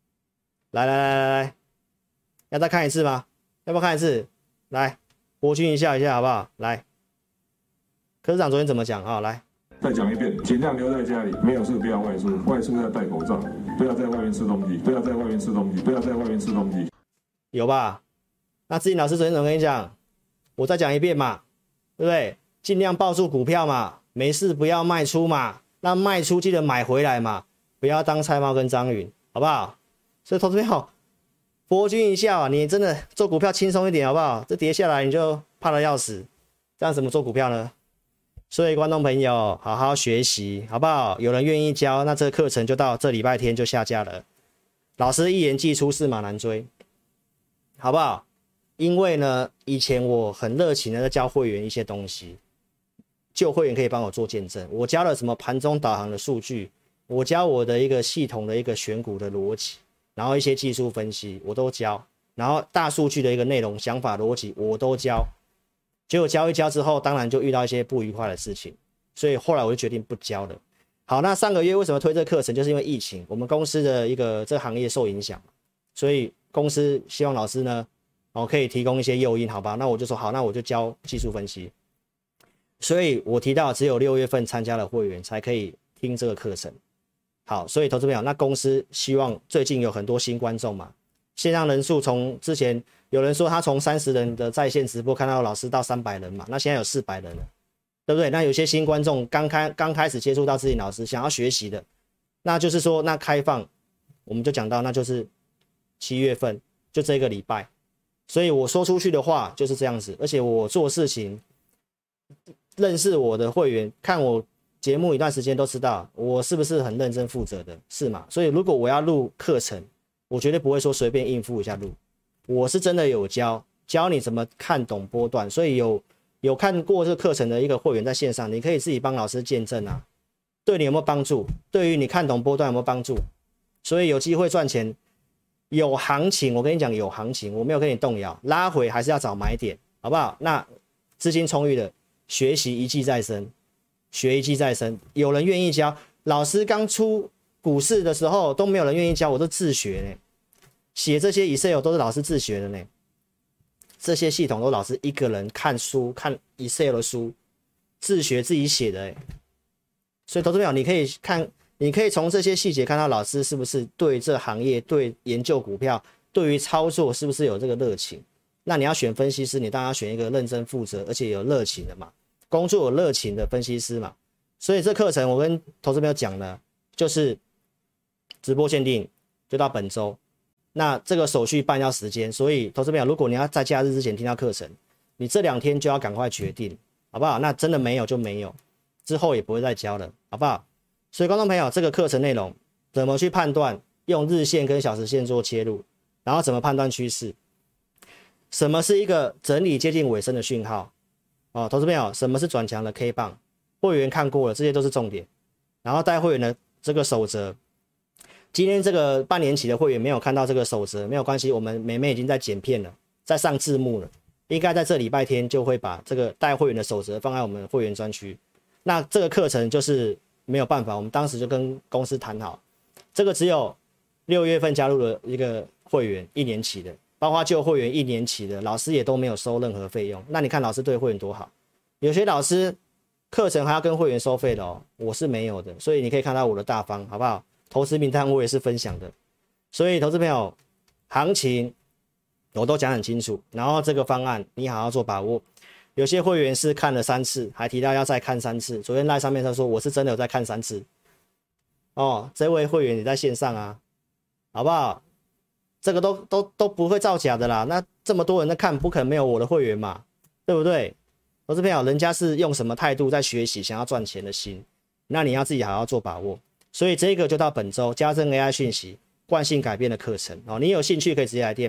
要再看一次吗？要不要看一次？来，国军一下好不好？来，柯市长昨天怎么讲啊？来。 再讲一遍，尽量留在家里，没有事不要外出，外出要戴口罩，不要在外面吃东西，不要在外面吃东西，不要在外面吃东西。 有吧？那志颖老师昨天怎么跟你讲？我再讲一遍嘛，对不对？尽量抱住股票嘛，没事不要卖出嘛，那卖出记得买回来嘛， 不要当菜猫跟张允，好不好？所以投资朋友，博君一笑啊，你真的做股票轻松一点好不好？这跌下来你就怕得要死，这样怎么做股票呢？所以观众朋友，好好学习好不好？有人愿意教，那这个课程就到这礼拜天就下架了。老师一言既出，驷马难追，好不好？因为呢，以前我很热情的在教会员一些东西，旧会员可以帮我做见证。我教了什么盘中导航的数据，我教我的一个系统的一个选股的逻辑，然后一些技术分析我都教，然后大数据的一个内容、想法、逻辑我都教。结果教一教之后，当然就遇到一些不愉快的事情，所以后来我就决定不教了。好，那上个月为什么推这个课程，就是因为疫情，我们公司的一个这个行业受影响，所以公司希望老师呢，可以提供一些诱因，好吧？那我就说好，那我就教技术分析。所以我提到只有6月份参加了会员才可以听这个课程。好，所以投资朋友，那公司希望最近有很多新观众嘛，线上人数从之前有人说他从30人的在线直播看到老师到300人嘛，那现在有400人了，对不对？那有些新观众刚开始接触到自己老师，想要学习的，那就是说那开放，我们就讲到那就是7月份，就这个礼拜。所以我说出去的话就是这样子，而且我做事情，认识我的会员，看我节目一段时间都知道我是不是很认真负责的，是吗？所以如果我要录课程，我绝对不会说随便应付一下录，我是真的有教你怎么看懂波段，所以有看过这个课程的一个会员在线上，你可以自己帮老师见证啊，对你有没有帮助？对于你看懂波段有没有帮助？所以有机会赚钱，有行情，我跟你讲有行情，我没有跟你动摇，拉回还是要找买点，好不好？那资金充裕的，学习一技在身，学一技在身，有人愿意教。老师刚出股市的时候都没有人愿意教，我都自学呢。写这些 Excel 都是老师自学的呢，这些系统都老师一个人看书，看 Excel 的书，自学自己写的哎。所以投资朋友，你可以从这些细节看到老师是不是对这行业、对研究股票、对于操作是不是有这个热情。那你要选分析师，你当然要选一个认真负责而且有热情的嘛，工作有热情的分析师嘛。所以这课程我跟投资朋友讲了，就是直播限定，就到本周。那这个手续办要时间，所以投资朋友，如果你要在假日之前听到课程，你这2天就要赶快决定，好不好？那真的没有就没有，之后也不会再教了，好不好？所以观众朋友，这个课程内容怎么去判断，用日线跟小时线做切入，然后怎么判断趋势，什么是一个整理接近尾声的讯号投资朋友，什么是转强的 K 棒，会员看过了，这些都是重点。然后带会员的这个守则，今天这个半年期的会员没有看到这个守则，没有关系，我们美美已经在剪片了，在上字幕了，应该在这礼拜天就会把这个带会员的守则放在我们会员专区。那这个课程就是没有办法，我们当时就跟公司谈好，这个只有6月份加入了一个会员1年期的，包括旧会员1年期的，老师也都没有收任何费用。那你看老师对会员多好，有些老师课程还要跟会员收费的哦，我是没有的，所以你可以看到我的大方，好不好？投资名单我也是分享的，所以投资朋友，行情我都讲很清楚，然后这个方案你好好做把握。有些会员是看了3次，还提到要再看3次。昨天赖上面他说我是真的有在看3次，这位会员你在线上啊，好不好？这个都不会造假的啦。那这么多人在看，不可能没有我的会员嘛，对不对？投资朋友，人家是用什么态度在学习，想要赚钱的心，那你要自己好好做把握。所以这个就到本周加增 AI 讯息惯性改变的课程你有兴趣可以直接来电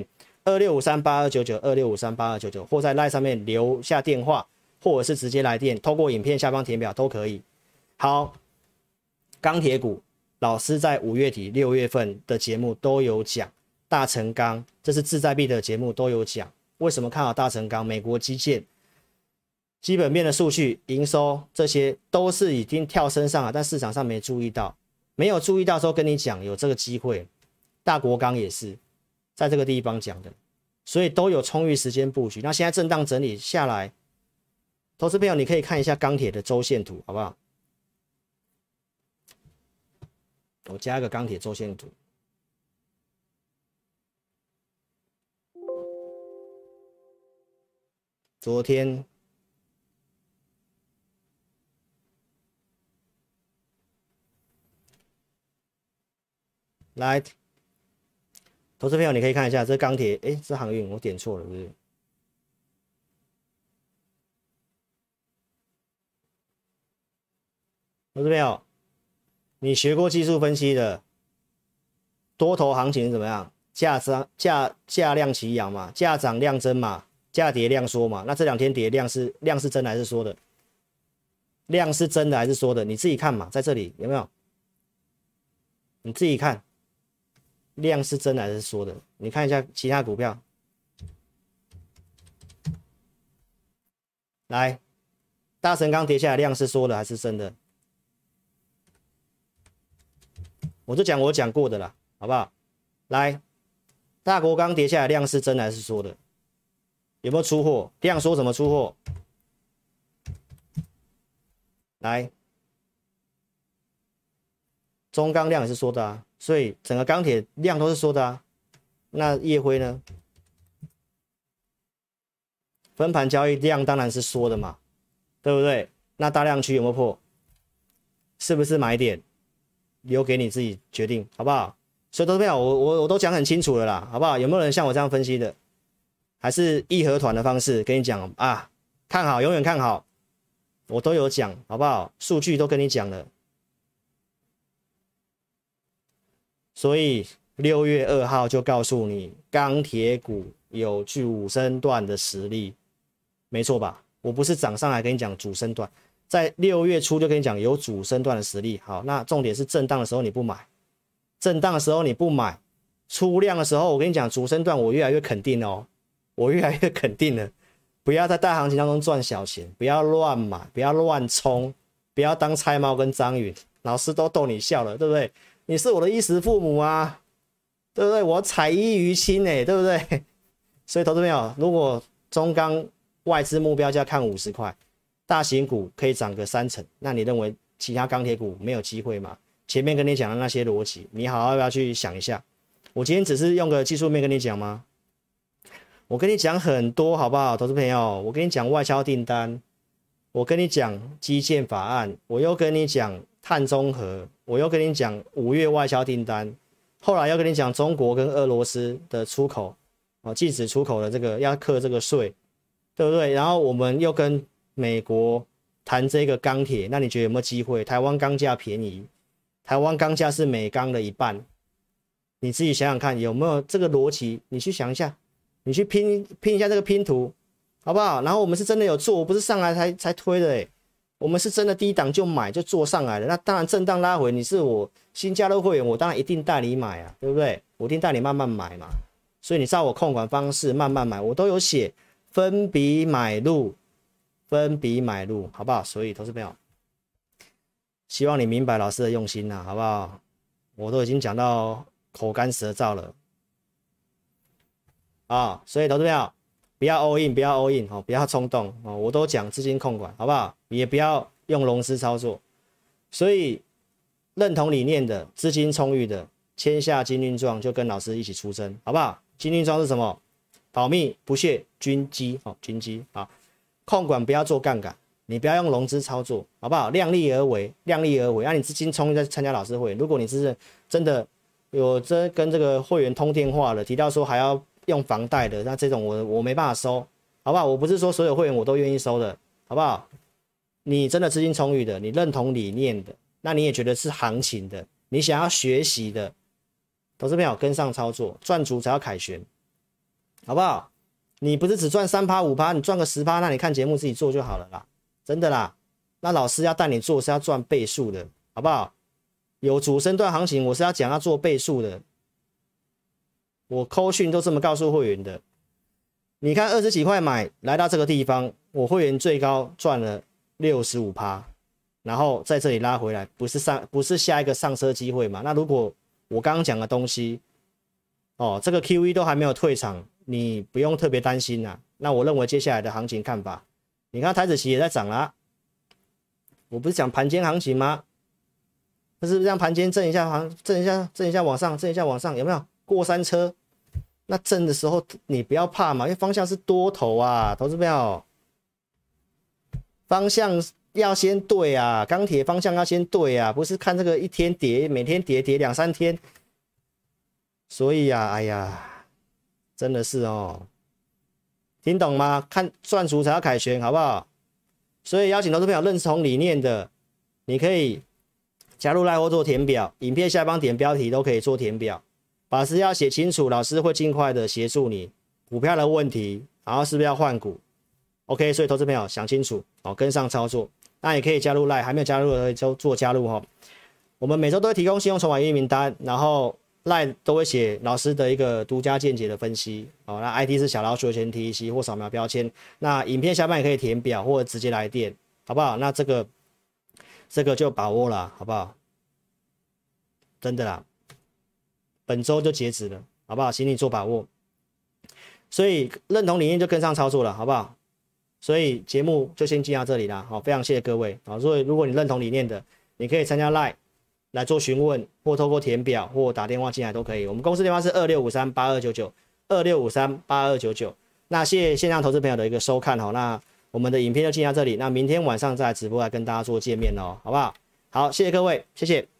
2653829926538299，或在 LINE 上面留下电话，或者是直接来电，透过影片下方填表都可以。好，钢铁股老师在5月底6月份的节目都有讲，大成钢这是志在必得的节目都有讲，为什么看好大成钢？美国基建基本面的数据、营收这些都是已经跳升上了，但市场上没注意到。没有注意到的时候跟你讲有这个机会，大国钢也是在这个地方讲的，所以都有充裕时间布局。那现在震荡整理下来，投资朋友你可以看一下钢铁的周线图，好不好？我加一个钢铁周线图，昨天来，投资朋友你可以看一下这钢铁，这航运我点错了，是不是？投资朋友，你学过技术分析的，多头行情是怎么样？价量齐扬嘛，价涨量增嘛，价跌量缩嘛。那这2天跌量是真的还是缩的？量是真的还是缩的？你自己看嘛，在这里有没有？你自己看，量是真的还是缩的？你看一下其他股票，来，大成钢跌下来，量是缩的还是真的？我就讲我讲过的啦，好不好？来，大国钢跌下来，量是真的还是缩的？有没有出货？量缩怎么出货？来，中钢量也是缩的啊，所以整个钢铁量都是缩的啊。那燁辉呢？分盘交易量当然是缩的嘛，对不对？那大量区有没有破？是不是买点？留给你自己决定，好不好？所以投资朋友，我都讲很清楚了啦，好不好？有没有人像我这样分析的？还是义和团的方式跟你讲啊？看好，永远看好，我都有讲，好不好？数据都跟你讲了。所以6月2号就告诉你，钢铁股有主升段的实力，没错吧？我不是涨上来跟你讲主升段。在6月初就跟你讲有主升段的实力，好，那重点是震荡的时候你不买，震荡的时候你不买，出量的时候我跟你讲主升段我越来越肯定哦，我越来越肯定了，不要在大行情当中赚小钱，不要乱买，不要乱冲，不要当菜猫跟张允，老师都逗你笑了，对不对？你是我的衣食父母啊，对不对？我采衣于亲对不对？所以投资朋友，如果中钢外资目标价看50块。大型股可以涨个30%，那你认为其他钢铁股没有机会吗？前面跟你讲的那些逻辑，你好好要不要去想一下？我今天只是用个技术面跟你讲吗？我跟你讲很多，好不好，投资朋友？我跟你讲外销订单，我跟你讲基建法案，我又跟你讲碳中和，我又跟你讲5月外销订单，后来又跟你讲中国跟俄罗斯的出口，禁止出口的这个要课这个税，对不对？然后我们又跟美国谈这个钢铁，那你觉得有没有机会？台湾钢价便宜，台湾钢价是美钢的1半，你自己想想看有没有这个逻辑？你去想一下，你去拼一下这个拼图，好不好？然后我们是真的有做，不是上来才推的我们是真的低档就买就做上来了。那当然震荡拉回，你是我新加入会员，我当然一定带你买啊，对不对？我一定带你慢慢买嘛。所以你照我控管方式慢慢买，我都有写分笔买入。分笔买入，好不好？所以投资朋友，希望你明白老师的用心好不好？我都已经讲到口干舌燥了所以投资朋友不要 all in， 不要 all in 不要冲动我都讲资金控管，好不好？也不要用融资操作。所以认同理念的、资金充裕的，签下金运状就跟老师一起出征，好不好？金运状是什么？保密不懈军机军机好。控管不要做杠杆，你不要用融资操作，好不好？量力而为，量力而为。你资金充裕再参加老师会员。如果你是真的有跟这个会员通电话了，提到说还要用房贷的，那这种我没办法收，好不好？我不是说所有会员我都愿意收的，好不好？你真的资金充裕的，你认同理念的，那你也觉得是行情的，你想要学习的，投资朋友跟上操作，赚足才要凯旋，好不好？你不是只赚3%、5%，你赚个10%，那你看节目自己做就好了啦，真的啦。那老师要带你做是要赚倍数的，好不好？有主升段行情，我是要讲要做倍数的。我扣讯都这么告诉会员的。你看20几块买来到这个地方，我会员最高赚了65%，然后在这里拉回来，不是下一个上车机会嘛？那如果我刚刚讲的东西，这个 QE 都还没有退场。你不用特别担心那我认为接下来的行情看法，你看台指期也在涨啦，我不是讲盘间行情吗？那是不是让盘间震一下往上，震一下往上，有没有过山车？那震的时候你不要怕嘛，因为方向是多头投资朋友，方向要先对钢铁方向要先对不是看这个一天跌，每天跌2-3天。 所以啊，哎呀，真的是哦，听懂吗？看算图才要凯旋，好不好？所以邀请投资朋友认同理念的，你可以加入赖或做填表，影片下方点标题都可以做填表，把资料写清楚，老师会尽快的协助你股票的问题，然后是不是要换股 ？OK， 所以投资朋友想清楚哦，跟上操作。那也可以加入赖，还没有加入的就做加入哈。我们每周都会提供信用筹码营运名单，然后赖都会写老师的一个独家见解的分析哦。那 ID 是小老鼠的前提息或扫描标签。那影片下方也可以填表或者直接来电，好不好？那这个就把握了，好不好？真的啦，本周就截止了，好不好？请你做把握。所以认同理念就跟上操作了，好不好？所以节目就先进到这里啦，好，非常谢谢各位啊。所以如果你认同理念的，你可以参加 LINE 来做询问，或透过填表或打电话进来都可以。我们公司电话是26538299，26538299。那谢谢线上投资朋友的一个收看哈，那我们的影片就进到这里，那明天晚上再直播来跟大家做见面哦，好不好？好，谢谢各位，谢谢。